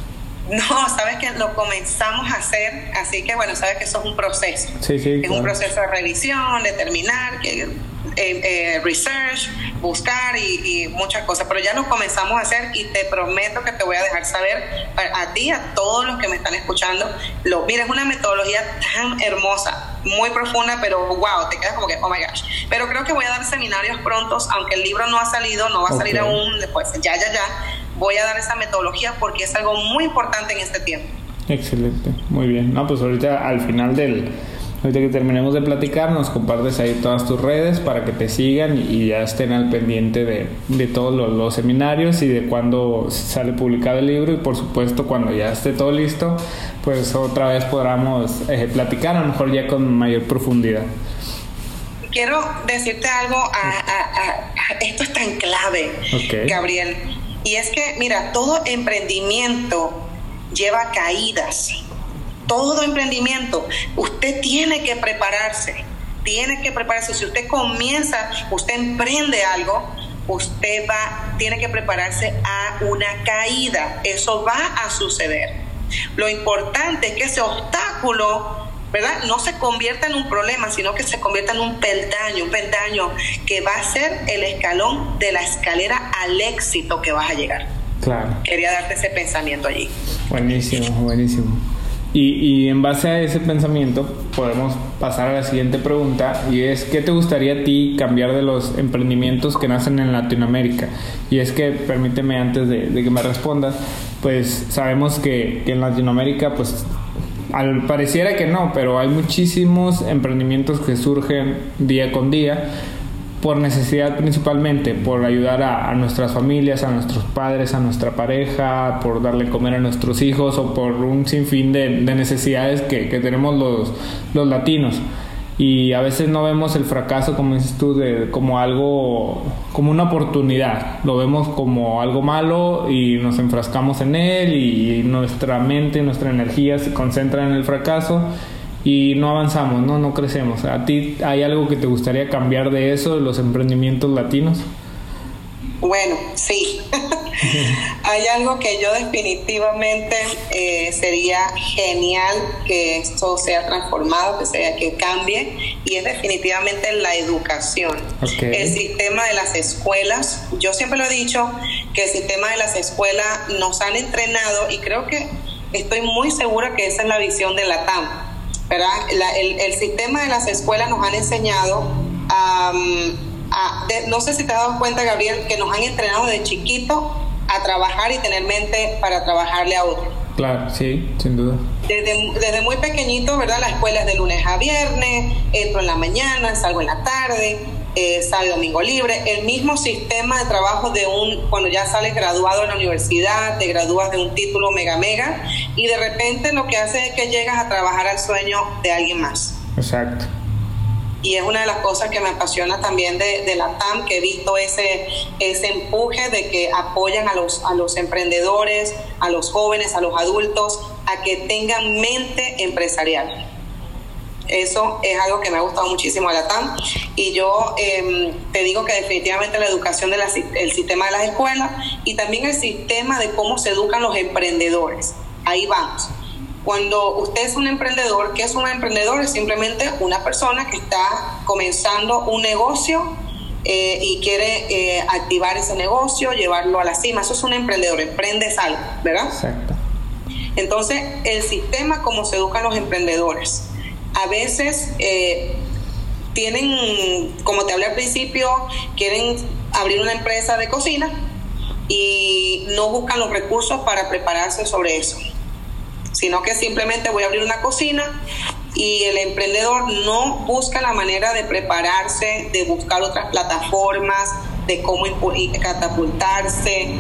S3: No, sabes que lo comenzamos a hacer, así que bueno, sabes que eso es un proceso.
S2: Sí, sí,
S3: es
S2: claro.
S3: Un proceso de revisión, de terminar, que, eh, eh, research, buscar y, y muchas cosas, pero ya lo comenzamos a hacer y te prometo que te voy a dejar saber a, a ti, a todos los que me están escuchando. Lo, mira, es una metodología tan hermosa, muy profunda, pero wow, te quedas como que, oh my gosh. Pero creo que voy a dar seminarios prontos, aunque el libro no ha salido, no va a salir okay. aún, después, ya, ya, ya. Voy a dar esa metodología porque es algo muy importante en este tiempo.
S2: Excelente, muy bien. No, pues ahorita al final del... Ahorita que terminemos de platicar, nos compartes ahí todas tus redes para que te sigan y ya estén al pendiente de, de todos los, los seminarios y de cuándo sale publicado el libro, y por supuesto cuando ya esté todo listo, pues otra vez podamos eh, platicar, a lo mejor ya con mayor profundidad.
S3: Quiero decirte algo, a, a, a, a, esto es tan clave, okay. Gabriel, y es que, mira, todo emprendimiento lleva caídas. Todo emprendimiento, usted tiene que prepararse, tiene que prepararse. Si usted comienza, usted emprende algo, usted va, tiene que prepararse a una caída. Eso va a suceder. Lo importante es que ese obstáculo, ¿verdad?, no se convierta en un problema, sino que se convierta en un peldaño, un peldaño que va a ser el escalón de la escalera al éxito que vas a llegar.
S2: Claro.
S3: Quería darte ese pensamiento allí.
S2: Buenísimo, buenísimo. Y, y en base a ese pensamiento podemos pasar a la siguiente pregunta, y es: ¿qué te gustaría a ti cambiar de los emprendimientos que nacen en Latinoamérica? Y es que, permíteme antes de, de que me respondas, pues sabemos que, que en Latinoamérica, pues al pareciera que no, pero hay muchísimos emprendimientos que surgen día con día por necesidad, principalmente por ayudar a, a nuestras familias, a nuestros padres, a nuestra pareja, por darle comer a nuestros hijos, o por un sinfín de, de necesidades que, que tenemos los, los latinos. Y a veces no vemos el fracaso, como dices tú, de, como algo, como una oportunidad. Lo vemos como algo malo y nos enfrascamos en él, y nuestra mente, nuestra energía se concentra en el fracaso y no avanzamos, no, no crecemos. ¿A ti hay algo que te gustaría cambiar de eso, de los emprendimientos latinos?
S3: Bueno, sí. Hay algo que yo definitivamente eh, sería genial que esto sea transformado, que sea que cambie, y es definitivamente la educación. Okay. El sistema de las escuelas. Yo siempre lo he dicho que el sistema de las escuelas nos han entrenado, y creo que estoy muy segura que esa es la visión de la T A M, ¿verdad? La, el, el sistema de las escuelas nos han enseñado a, a de, no sé si te has dado cuenta, Gabriel, que nos han entrenado desde chiquito a trabajar y tener mente para trabajarle a otro.
S2: Claro, sí, sin duda.
S3: Desde, desde muy pequeñito, ¿verdad? La escuela es de lunes a viernes, entro en la mañana, salgo en la tarde, eh, sábado y domingo libre. El mismo sistema de trabajo de un, cuando ya sales graduado de la universidad, te gradúas de un título mega mega, y de repente lo que hace es que llegas a trabajar al sueño de alguien más.
S2: Exacto.
S3: Y es una de las cosas que me apasiona también de, de la T A M, que he visto ese, ese empuje de que apoyan a los, a los emprendedores, a los jóvenes, a los adultos, a que tengan mente empresarial. Eso es algo que me ha gustado muchísimo de la T A M. Y yo eh, te digo que definitivamente la educación del sistema de las escuelas, y también el sistema de cómo se educan los emprendedores. Ahí vamos. Cuando usted es un emprendedor, ¿qué es un emprendedor? Es simplemente una persona que está comenzando un negocio eh, y quiere eh, activar ese negocio, llevarlo a la cima. Eso es un emprendedor, emprendes algo, ¿verdad?
S2: Exacto.
S3: Entonces, el sistema como se educan los emprendedores. A veces eh, tienen, como te hablé al principio, quieren abrir una empresa de cocina y no buscan los recursos para prepararse sobre eso, sino que simplemente voy a abrir una cocina, y el emprendedor no busca la manera de prepararse, de buscar otras plataformas, de cómo catapultarse.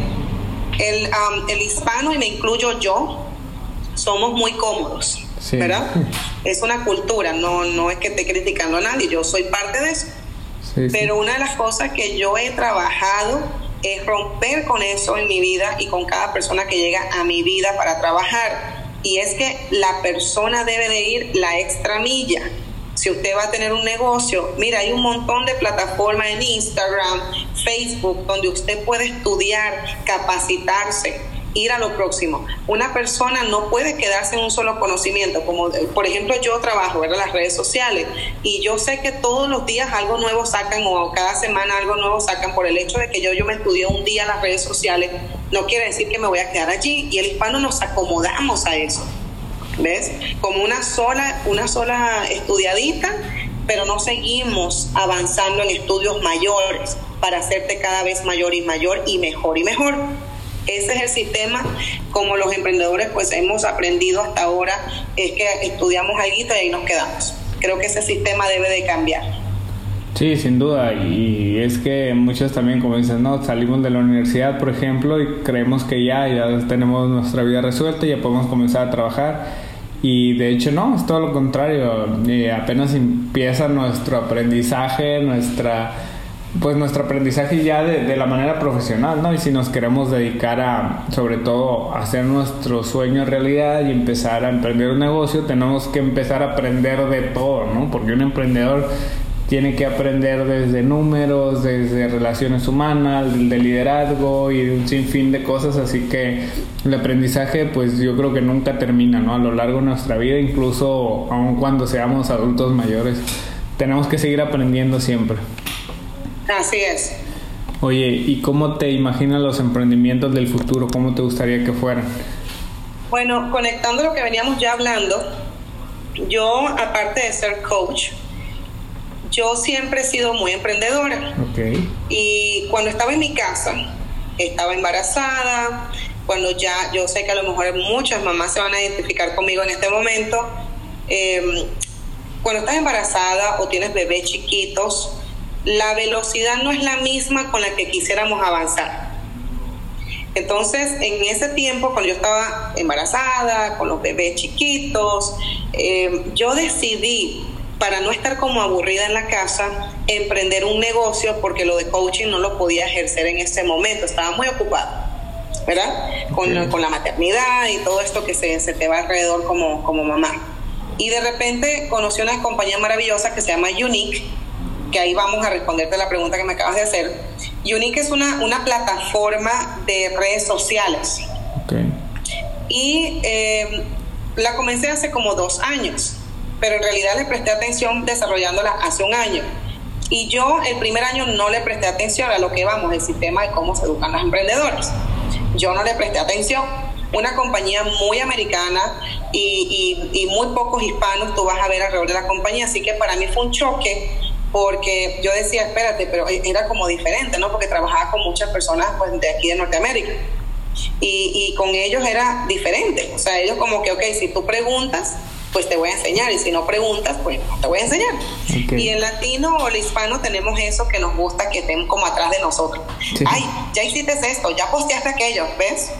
S3: El, um, el hispano, y me incluyo yo, somos muy cómodos, sí, ¿verdad? Es una cultura, no, no es que esté criticando a nadie, yo soy parte de eso. Sí, pero sí. Una de las cosas que yo he trabajado es romper con eso en mi vida y con cada persona que llega a mi vida para trabajar. Y es que la persona debe de ir la extra milla. Si usted va a tener un negocio, mira, hay un montón de plataformas en Instagram, Facebook, donde usted puede estudiar, capacitarse, ir a lo próximo. Una persona no puede quedarse en un solo conocimiento. Como, por ejemplo, yo trabajo en las redes sociales, y yo sé que todos los días algo nuevo sacan, o cada semana algo nuevo sacan. Por el hecho de que yo, yo me estudié un día las redes sociales, no quiere decir que me voy a quedar allí, y el hispano nos acomodamos a eso, ¿ves? Como una sola, una sola estudiadita, pero no seguimos avanzando en estudios mayores para hacerte cada vez mayor y mayor y mejor y mejor. Ese es el sistema como los emprendedores pues hemos aprendido hasta ahora, es que estudiamos algo y ahí nos quedamos. Creo que ese sistema debe de cambiar.
S2: Sí, sin duda, y es que muchos también, como dicen, no, salimos de la universidad, por ejemplo, y creemos que ya, ya tenemos nuestra vida resuelta y ya podemos comenzar a trabajar, y de hecho no, es todo lo contrario. Eh, apenas empieza nuestro aprendizaje, nuestra pues nuestro aprendizaje ya de, de la manera profesional, ¿no? Y si nos queremos dedicar a, sobre todo, a hacer nuestro sueño realidad y empezar a emprender un negocio, tenemos que empezar a aprender de todo, ¿no? Porque un emprendedor tiene que aprender desde números, desde relaciones humanas, de liderazgo y un sinfín de cosas, así que el aprendizaje, pues yo creo que nunca termina, ¿no? A lo largo de nuestra vida, incluso aun cuando seamos adultos mayores, tenemos que seguir aprendiendo siempre.
S3: Así es.
S2: Oye, ¿y cómo te imaginas los emprendimientos del futuro? ¿Cómo te gustaría que fueran?
S3: Bueno, conectando lo que veníamos ya hablando, yo, aparte de ser coach, yo siempre he sido muy emprendedora.
S2: Okay.
S3: Y cuando estaba en mi casa, estaba embarazada, cuando ya, yo sé que a lo mejor muchas mamás se van a identificar conmigo en este momento, eh, cuando estás embarazada o tienes bebés chiquitos, la velocidad no es la misma con la que quisiéramos avanzar. Entonces, en ese tiempo, cuando yo estaba embarazada, con los bebés chiquitos, eh, yo decidí, para no estar como aburrida en la casa, emprender un negocio, porque lo de coaching no lo podía ejercer en ese momento, estaba muy ocupada, ¿verdad? Con, okay. con la maternidad y todo esto que se, se te va alrededor como, como mamá. Y de repente conocí una compañía maravillosa que se llama Younique, que ahí vamos a responderte la pregunta que me acabas de hacer. Younique es una, una plataforma de redes sociales.
S2: Okay.
S3: Y eh, la comencé hace como dos años, pero en realidad le presté atención desarrollándola hace un año. Y yo el primer año no le presté atención a lo que vamos, el sistema de cómo se educan los emprendedores. Yo no le presté atención. Una compañía muy americana y, y, y muy pocos hispanos tú vas a ver alrededor de la compañía, así que para mí fue un choque, porque yo decía, espérate, pero era como diferente, ¿no? Porque trabajaba con muchas personas pues, de aquí de Norteamérica. Y, y con ellos era diferente. O sea, ellos como que, ok, si tú preguntas, pues te voy a enseñar, y si no preguntas, pues no te voy a enseñar. Okay. Y el latino o el hispano tenemos eso que nos gusta, que estén como atrás de nosotros. Sí. Ay, ya hiciste esto, ya posteaste aquello, ¿ves?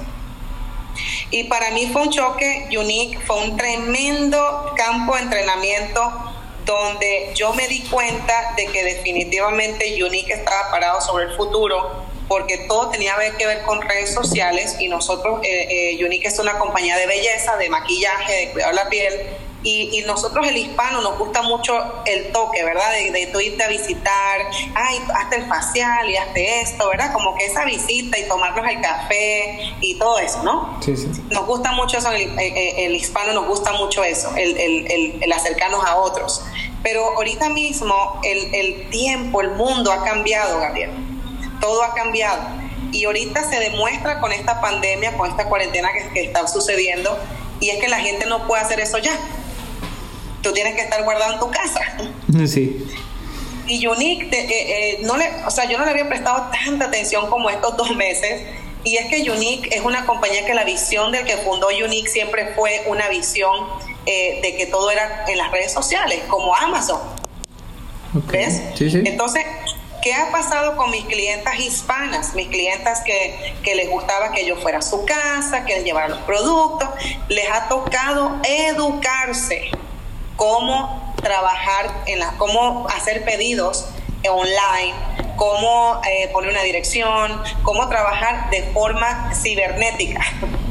S3: Y para mí fue un choque. Younique fue un tremendo campo de entrenamiento donde yo me di cuenta de que definitivamente Younique estaba parado sobre el futuro, porque todo tenía que ver con redes sociales, y nosotros, eh, eh, Younique es una compañía de belleza, de maquillaje, de cuidado de la piel, y, y nosotros el hispano nos gusta mucho el toque, ¿verdad? De, de tú irte a visitar, ay, hazte el facial y hazte esto, ¿verdad? Como que esa visita y tomarnos el café y todo eso, ¿no?
S2: Sí, sí.
S3: Nos gusta mucho eso, el, el, el hispano nos gusta mucho eso, el, el, el, el acercarnos a otros. Pero ahorita mismo el, el tiempo, el mundo ha cambiado, Gabriel. Todo ha cambiado. Y ahorita se demuestra con esta pandemia, con esta cuarentena que, que está sucediendo, y es que la gente no puede hacer eso ya. Tú tienes que estar guardado en tu casa.
S2: Sí.
S3: Y Younique, eh, eh, no le, o sea, yo no le había prestado tanta atención como estos dos meses. Y es que Younique es una compañía que la visión del que fundó Younique siempre fue una visión eh, de que todo era en las redes sociales, como Amazon. Okay. ¿Ves?
S2: Sí, sí.
S3: Entonces, ¿qué ha pasado con mis clientas hispanas? Mis clientas que, que les gustaba que yo fuera a su casa, que les llevara los productos. Les ha tocado educarse, cómo trabajar, en la, cómo hacer pedidos online, cómo eh, poner una dirección, cómo trabajar de forma cibernética.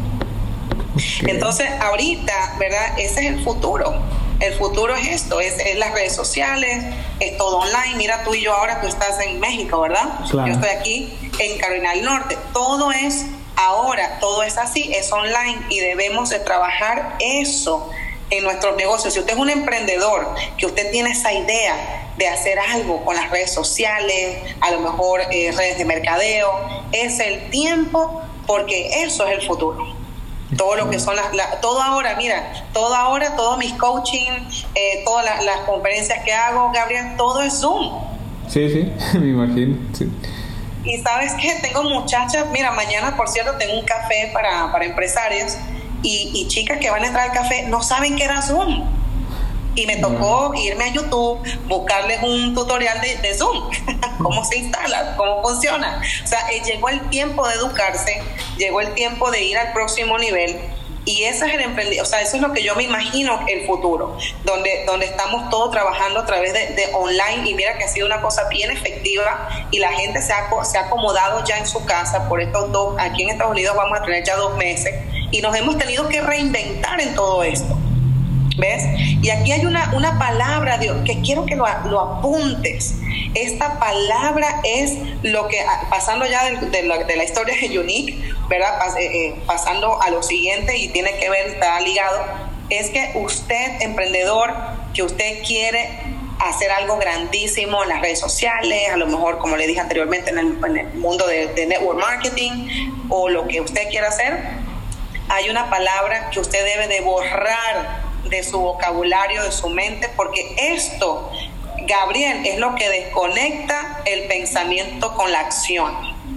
S3: Okay. Entonces, ahorita, ¿verdad? Ese es el futuro. El futuro es esto, es, es las redes sociales, es todo online. Mira, tú y yo ahora, tú estás en México, ¿verdad?
S2: Claro.
S3: Yo estoy aquí en Carolina del Norte. Todo es ahora, todo es así, es online, y debemos de trabajar eso en nuestros negocios. Si usted es un emprendedor, que usted tiene esa idea de hacer algo con las redes sociales, a lo mejor eh, redes de mercadeo, es el tiempo, porque eso es el futuro. Todo lo que son las, la, todo ahora, mira, todo ahora, todos mis coaching, eh, todas las, las conferencias que hago, Gabriel, todo es Zoom.
S2: Sí, sí, me imagino, sí.
S3: Y sabes qué, tengo muchachas, mira, mañana, por cierto, tengo un café para, para empresarios, y, y chicas que van a entrar al café no saben qué era Zoom. Y me tocó irme a YouTube, buscarles un tutorial de, de Zoom, cómo se instala, cómo funciona. O sea, eh, llegó el tiempo de educarse, llegó el tiempo de ir al próximo nivel, y ese es el emprendimiento. O sea, eso es lo que yo me imagino el futuro, donde, donde estamos todos trabajando a través de, de online, y mira que ha sido una cosa bien efectiva, y la gente se ha, se ha acomodado ya en su casa por estos dos. Aquí en Estados Unidos vamos a tener ya dos meses, y nos hemos tenido que reinventar en todo esto. ¿Ves? Y aquí hay una, una palabra, Dios, que quiero que lo, lo apuntes. Esta palabra es lo que, pasando ya de, de, la, de la historia de Younique, ¿verdad? Pas, eh, eh, pasando a lo siguiente, y tiene que ver, está ligado, es que usted, emprendedor, que usted quiere hacer algo grandísimo en las redes sociales, a lo mejor, como le dije anteriormente, en el, en el mundo de, de network marketing, o lo que usted quiera hacer, hay una palabra que usted debe de borrar de su vocabulario, de su mente, porque esto, Gabriel, es lo que desconecta el pensamiento con la acción.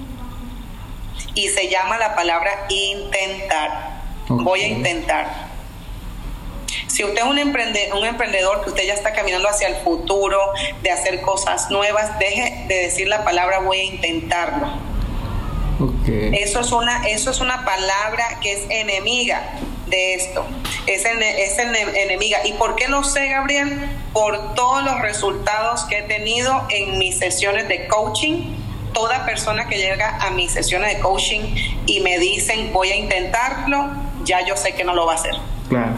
S3: Y se llama la palabra intentar. Okay. Voy a intentar. Si usted es un, emprende, un emprendedor, que usted ya está caminando hacia el futuro, de hacer cosas nuevas, deje de decir la palabra voy a intentarlo. Okay. Eso es una, eso es una palabra que es enemiga de esto. Es, en, es en, enemiga. ¿Y por qué lo sé, Gabriel? Por todos los resultados que he tenido en mis sesiones de coaching. Toda persona que llega a mis sesiones de coaching y me dicen voy a intentarlo, ya yo sé que no lo va a hacer. Claro.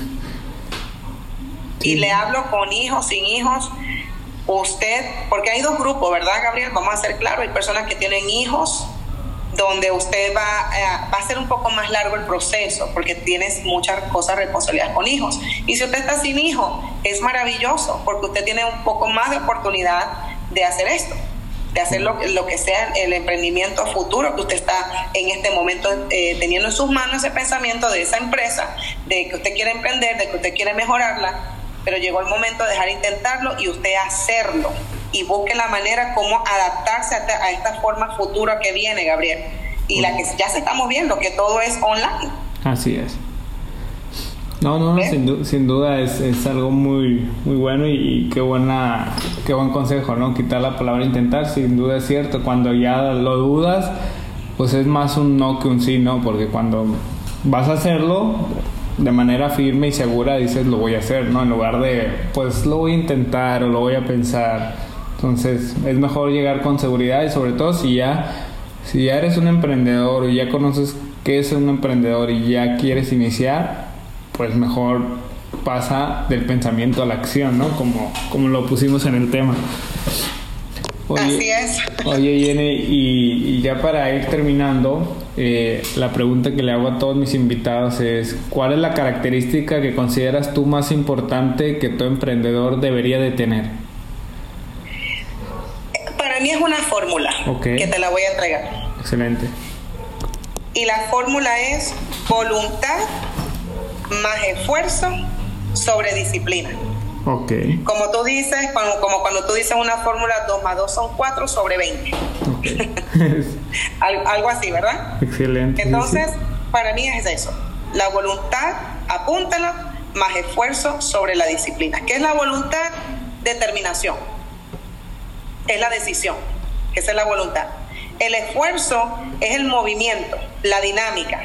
S3: Y le hablo con hijos, sin hijos. Usted, porque hay dos grupos, ¿verdad, Gabriel? Vamos a ser claros. Hay personas que tienen hijos, donde usted va, eh, va a ser un poco más largo el proceso, porque tienes muchas cosas, responsabilidades con hijos. Y si usted está sin hijos, es maravilloso, porque usted tiene un poco más de oportunidad de hacer esto, de hacer lo, lo que sea el emprendimiento futuro que usted está en este momento eh, teniendo en sus manos, ese pensamiento de esa empresa, de que usted quiere emprender, de que usted quiere mejorarla. Pero llegó el momento de dejar de intentarlo y usted hacerlo. Y busque la manera como adaptarse a, a esta forma futura que viene, Gabriel. Y la que ya se estamos viendo, que todo es online.
S2: Así es. No, no, no sin, du- sin duda es, es algo muy muy bueno y, y qué buena qué buen consejo, ¿no? Quitar la palabra intentar, sin duda es cierto. Cuando ya lo dudas, pues es más un no que un sí, ¿no? Porque cuando vas a hacerlo de manera firme y segura, dices lo voy a hacer, ¿no? En lugar de pues lo voy a intentar o lo voy a pensar. Entonces es mejor llegar con seguridad, y sobre todo si ya si ya eres un emprendedor y ya conoces qué es un emprendedor y ya quieres iniciar, pues mejor pasa del pensamiento a la acción, ¿no? Como, como lo pusimos en el tema. Oye,
S3: así es.
S2: Oye, Jenny, y, y ya para ir terminando, eh, la pregunta que le hago a todos mis invitados es: ¿cuál es la característica que consideras tú más importante que todo emprendedor debería de tener?
S3: Para mí es una fórmula, okay, que te la voy a entregar.
S2: Excelente.
S3: Y la fórmula es voluntad más esfuerzo sobre disciplina.
S2: Okay.
S3: Como tú dices, como, como cuando tú dices una fórmula, dos más dos son cuatro sobre veinte. Okay. algo, algo así, ¿verdad?
S2: Excelente.
S3: Entonces,
S2: sí, sí.
S3: Para mí es eso. La voluntad, apúntala, más esfuerzo sobre la disciplina. ¿Qué es la voluntad? Determinación. Es la decisión. Esa es la voluntad. El esfuerzo es el movimiento, la dinámica.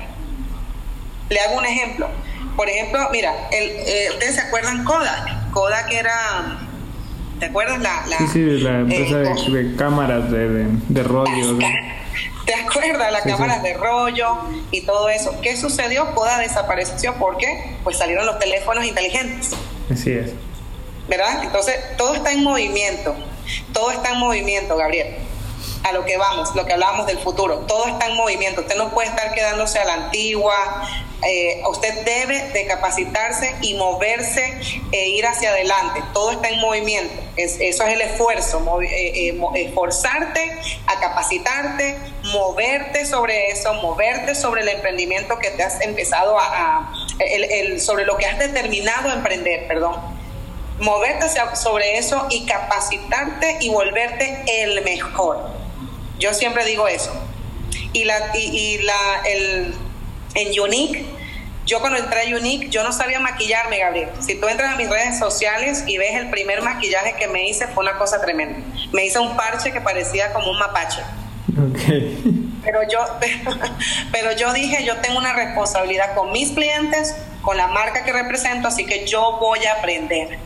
S3: Le hago un ejemplo. Por ejemplo, mira, el, eh, ¿ustedes se acuerdan Kodak? Kodak era, ¿te acuerdas? La, la,
S2: sí, sí, la empresa eh, de, de cámaras de, de, de rollo. ¿No?
S3: ¿Te acuerdas? Las sí, cámaras sí. de rollo y todo eso. ¿Qué sucedió? Kodak desapareció. ¿Por qué? Pues salieron los teléfonos inteligentes.
S2: Así es.
S3: ¿Verdad? Entonces, todo está en movimiento. Todo está en movimiento, Gabriel. A lo que vamos, lo que hablábamos del futuro. Todo está en movimiento. Usted no puede estar quedándose a la antigua. Eh, usted debe de capacitarse y moverse e ir hacia adelante. Todo está en movimiento. Es, eso es el esfuerzo, movi- eh, eh, esforzarte a capacitarte, moverte sobre eso, moverte sobre el emprendimiento que te has empezado a, a el, el, sobre lo que has determinado a emprender, perdón. Moverte hacia, sobre eso y capacitarte y volverte el mejor. Yo siempre digo eso. Y la y, y la el en Unique, yo cuando entré a Unique, yo no sabía maquillarme, Gabriel. Si tú entras a mis redes sociales y ves el primer maquillaje que me hice, fue una cosa tremenda. Me hice un parche que parecía como un mapache.
S2: Okay.
S3: Pero yo, pero yo dije, yo tengo una responsabilidad con mis clientes, con la marca que represento, así que yo voy a aprender.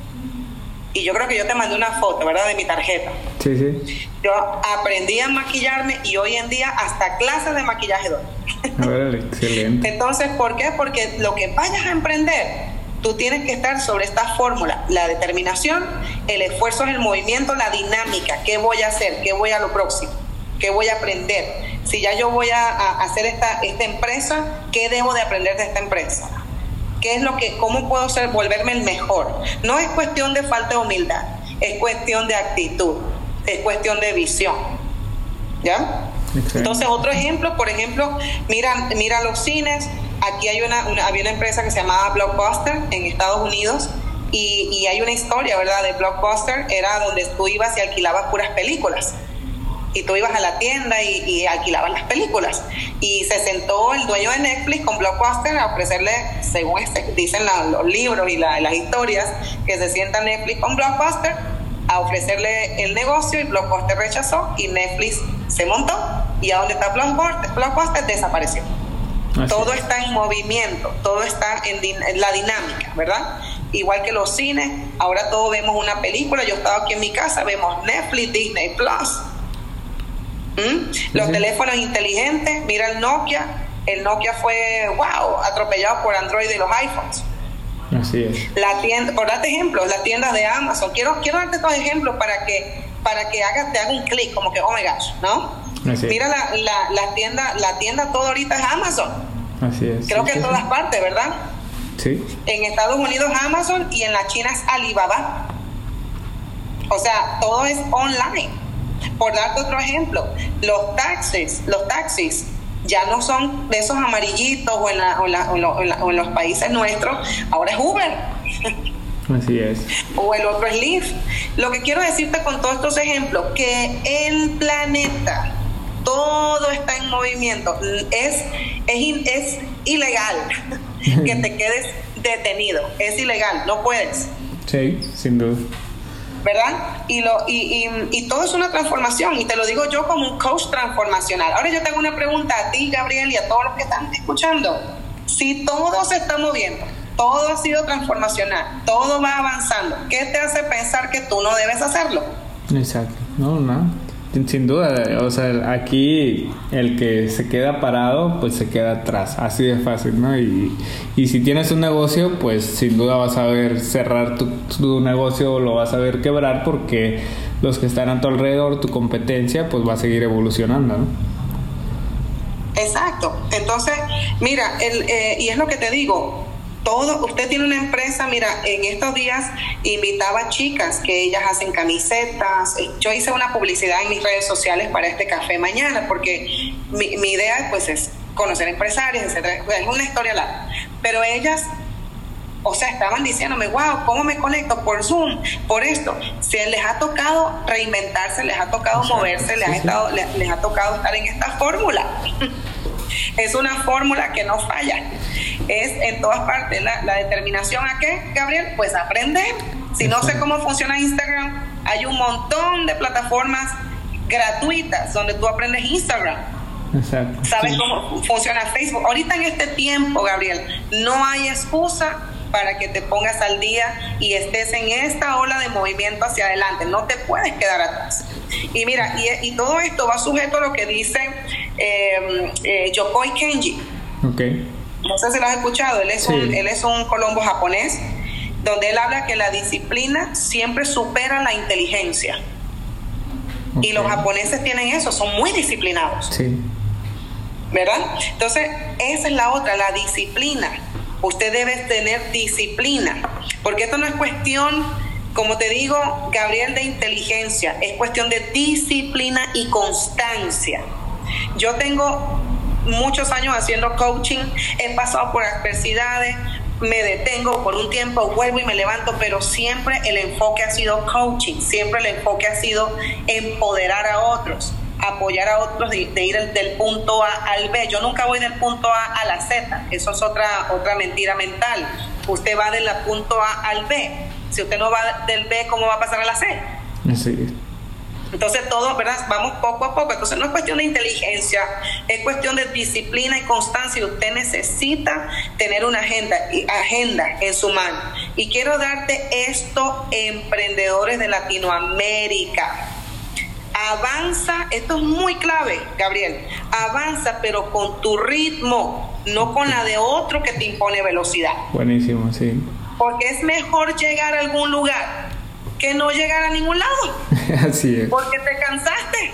S3: Y yo creo que yo te mandé una foto, ¿verdad? De mi tarjeta.
S2: Sí, sí.
S3: Yo aprendí a maquillarme y hoy en día hasta clases de maquillaje doy.
S2: Órale, excelente.
S3: Entonces, ¿por qué? Porque lo que vayas a emprender, tú tienes que estar sobre esta fórmula. La determinación, el esfuerzo es el movimiento, la dinámica. ¿Qué voy a hacer? ¿Qué voy a lo próximo? ¿Qué voy a aprender? Si ya yo voy a, a hacer esta, esta empresa, ¿qué debo de aprender de esta empresa? ¿Qué es lo que, cómo puedo ser, volverme el mejor? No es cuestión de falta de humildad, es cuestión de actitud, es cuestión de visión. ¿Ya? Excelente. Entonces, otro ejemplo, por ejemplo, mira, mira los cines. Aquí hay una, una, había una empresa que se llamaba Blockbuster en Estados Unidos y, y hay una historia, ¿verdad? De Blockbuster, era donde tú ibas y alquilabas puras películas. Y tú ibas a la tienda y, y alquilabas las películas. Y se sentó el dueño de Netflix con Blockbuster a ofrecerle, según este, dicen la, los libros y la, las historias, que se sienta Netflix con Blockbuster a ofrecerle el negocio y Blockbuster rechazó y Netflix se montó y a donde está Blockbuster, Blockbuster desapareció. Así todo es. Está en movimiento, todo está en, din- en la dinámica, ¿verdad? Igual que los cines, ahora todos vemos una película. Yo estaba aquí en mi casa, vemos Netflix, Disney Plus. ¿Mm? Los sí. teléfonos inteligentes, mira el Nokia. El Nokia fue, wow, atropellado por Android y los iPhones.
S2: Así es.
S3: La tienda, por darte ejemplos, las tiendas de Amazon. Quiero, quiero darte estos ejemplos para que, para que hagas, te haga un clic, como que, oh my gosh, ¿no? Así mira la, la, la tienda, la tienda todo ahorita es Amazon.
S2: Así es.
S3: Creo
S2: sí,
S3: que
S2: sí,
S3: en todas
S2: sí.
S3: partes, ¿verdad?
S2: Sí.
S3: En Estados Unidos Amazon y en la China es Alibaba. O sea, todo es online. Por darte otro ejemplo, los taxis, los taxis ya no son de esos amarillitos o en, la, o, la, o, la, o, la, o en los países nuestros, ahora es Uber.
S2: Así es.
S3: O el otro es Lyft. Lo que quiero decirte con todos estos ejemplos, que el planeta, todo está en movimiento. Es, es, es ilegal que te quedes detenido. Es ilegal, no puedes.
S2: Sí, sin duda.
S3: ¿Verdad? Y, lo, y, y, y todo es una transformación, y te lo digo yo como un coach transformacional. Ahora yo tengo una pregunta a ti, Gabriel, y a todos los que están escuchando. Si todo se está moviendo, todo ha sido transformacional, todo va avanzando, ¿qué te hace pensar que tú no debes hacerlo?
S2: Exacto, no, no, sin duda, o sea, aquí el que se queda parado, pues se queda atrás, así de fácil, ¿no? Y, y si tienes un negocio, pues sin duda vas a ver cerrar tu, tu negocio, lo vas a ver quebrar, porque los que están a tu alrededor, tu competencia, pues va a seguir evolucionando, ¿no?
S3: Exacto. Entonces, mira, el, eh, y es lo que te digo, todo, usted tiene una empresa, mira, en estos días invitaba a chicas que ellas hacen camisetas. Yo hice una publicidad en mis redes sociales para este café mañana, porque mi, mi idea pues es conocer empresarios, etcétera. Es una historia larga, pero ellas, o sea, estaban diciéndome, wow, ¿cómo me conecto? Por Zoom, por esto. Se les ha tocado reinventarse, les ha tocado Exacto. moverse, les, sí, ha estado, sí. les, les ha tocado estar en esta fórmula. Es una fórmula que no falla. Es en todas partes. La, la determinación ¿a qué, Gabriel? Pues aprender. Si no sé cómo funciona Instagram, hay un montón de plataformas gratuitas donde tú aprendes Instagram.
S2: Exacto.
S3: ¿Sabes cómo funciona Facebook? Ahorita en este tiempo, Gabriel, no hay excusa para que te pongas al día y estés en esta ola de movimiento hacia adelante. No te puedes quedar atrás. Y mira, y, y todo esto va sujeto a lo que dice eh, eh, Yokoi Kenji.
S2: Okay.
S3: No sé si lo has escuchado. Él es, sí. un, él es un colombo japonés, donde él habla que la disciplina siempre supera la inteligencia. Okay. Y los japoneses tienen eso, son muy disciplinados.
S2: Sí.
S3: ¿Verdad? Entonces, esa es la otra, la disciplina. Usted debe tener disciplina, porque esto no es cuestión, como te digo, Gabriel, de inteligencia, es cuestión de disciplina y constancia. Yo tengo muchos años haciendo coaching, he pasado por adversidades, me detengo por un tiempo, vuelvo y me levanto, pero siempre el enfoque ha sido coaching, siempre el enfoque ha sido empoderar a otros, apoyar a otros de, de ir del punto A al B. Yo nunca voy del punto A a la Z, eso es otra, otra mentira mental. Usted va del punto A al B. Si usted no va del B, ¿cómo va a pasar a la C?
S2: Sí.
S3: Entonces todo, ¿verdad? Vamos poco a poco. Entonces no es cuestión de inteligencia, es cuestión de disciplina y constancia. Usted necesita tener una agenda, agenda en su mano. Y quiero darte esto, emprendedores de Latinoamérica. Avanza, esto es muy clave, Gabriel. Avanza, pero con tu ritmo, no con la de otro que te impone velocidad.
S2: Buenísimo, sí.
S3: Porque es mejor llegar a algún lugar que no llegar a ningún lado.
S2: Así es.
S3: Porque te cansaste.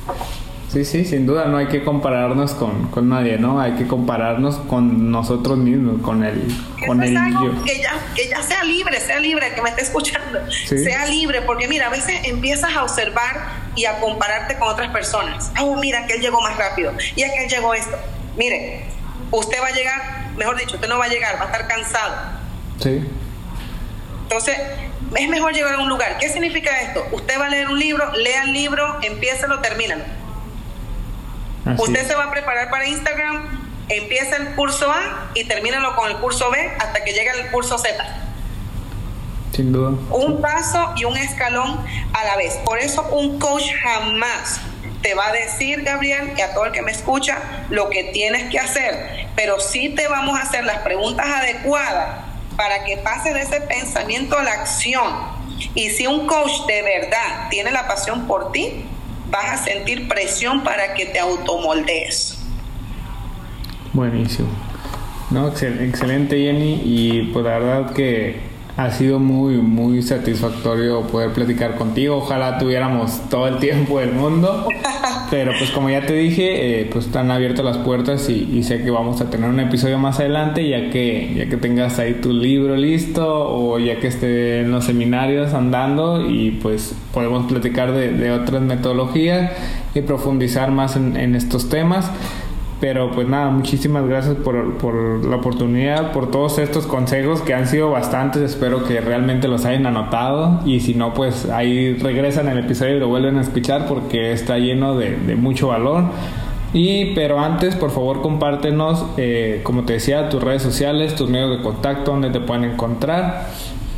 S2: Sí, sí, sin duda no hay que compararnos con, con nadie, ¿no? Hay que compararnos con nosotros mismos, con el, con el yo.
S3: Que ya, que ya sea libre, sea libre, que me esté escuchando.
S2: ¿Sí?
S3: Sea libre, porque mira, a veces empiezas a observar y a compararte con otras personas. Oh, mira, aquel llegó más rápido y aquel llegó esto. Mire, usted va a llegar, mejor dicho, usted no va a llegar, va a estar cansado.
S2: Sí.
S3: Entonces, es mejor llegar a un lugar. ¿Qué significa esto? Usted va a leer un libro, lea el libro, empiécelo, termínalo. Así Usted es. se va a preparar para Instagram, empieza el curso A y termínalo con el curso B hasta que llegue al curso Z.
S2: Sin duda.
S3: Un paso y un escalón a la vez. Por eso un coach jamás te va a decir, Gabriel, y a todo el que me escucha, lo que tienes que hacer. Pero sí te vamos a hacer las preguntas adecuadas para que pases de ese pensamiento a la acción. Y si un coach de verdad tiene la pasión por ti, vas a sentir presión para que te automoldees.
S2: Buenísimo. No, excel- excelente, Jenny, y pues la verdad que ha sido muy, muy satisfactorio poder platicar contigo. Ojalá tuviéramos todo el tiempo del mundo, pero pues como ya te dije, eh, pues están abiertas las puertas y, y sé que vamos a tener un episodio más adelante, ya que ya que tengas ahí tu libro listo o ya que esté en los seminarios andando, y pues podemos platicar de, de otras metodologías y profundizar más en, en estos temas. Pero pues nada, muchísimas gracias por, por la oportunidad, por todos estos consejos que han sido bastantes. Espero que realmente los hayan anotado, y si no, pues ahí regresan el episodio y lo vuelven a escuchar porque está lleno de, de mucho valor. Y pero antes, por favor, compártenos, eh, como te decía, tus redes sociales, tus medios de contacto, donde te pueden encontrar.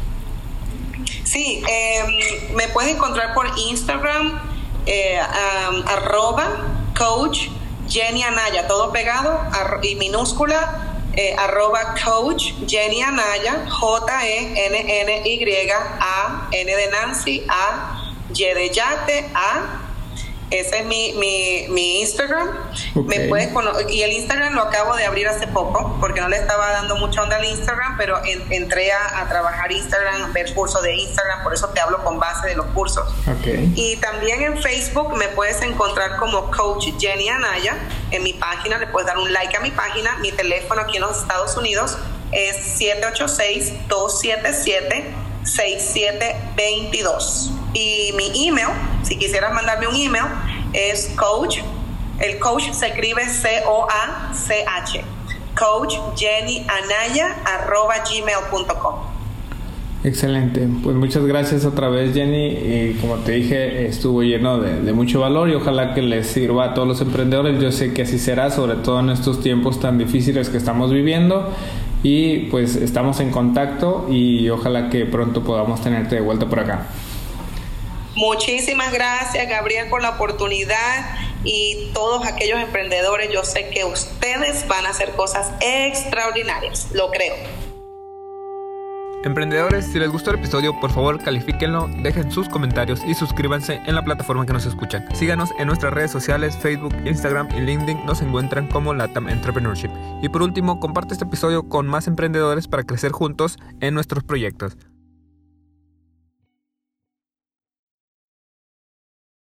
S3: Sí, eh, me pueden encontrar por Instagram, eh, um, arroba coach Jenny Anaya, todo pegado ar- y minúscula, eh, arroba coach Jenny Anaya, J E N N Y A, N de Nancy, A, Y de Yate, A. Ese es mi, mi, mi Instagram. Okay. Me puedes cono- y el Instagram lo acabo de abrir hace poco porque no le estaba dando mucha onda al Instagram, pero en, entré a, a trabajar Instagram, ver cursos de Instagram, por eso te hablo con base de los cursos.
S2: Okay.
S3: Y también en Facebook me puedes encontrar como Coach Jenny Anaya. En mi página le puedes dar un like a mi página. Mi teléfono aquí en los Estados Unidos es siete ocho seis, dos siete siete, seis siete dos dos. Y mi email, si quisieras mandarme un email, es coach, el coach se escribe C O A C H, coach Jenny Anaya arroba gmail punto com.
S2: Excelente, pues muchas gracias otra vez, Jenny, y como te dije, estuvo lleno de, de mucho valor y ojalá que les sirva a todos los emprendedores. Yo sé que así será, sobre todo en estos tiempos tan difíciles que estamos viviendo, y pues estamos en contacto y ojalá que pronto podamos tenerte de vuelta por acá.
S3: Muchísimas gracias, Gabriel, por la oportunidad, y todos aquellos emprendedores, yo sé que ustedes van a hacer cosas extraordinarias, lo creo.
S1: Emprendedores, si les gustó el episodio, por favor califíquenlo, dejen sus comentarios y suscríbanse en la plataforma que nos escuchan. Síganos en nuestras redes sociales, Facebook, Instagram y LinkedIn, nos encuentran como LATAM Entrepreneurship. Y por último, comparte este episodio con más emprendedores para crecer juntos en nuestros proyectos.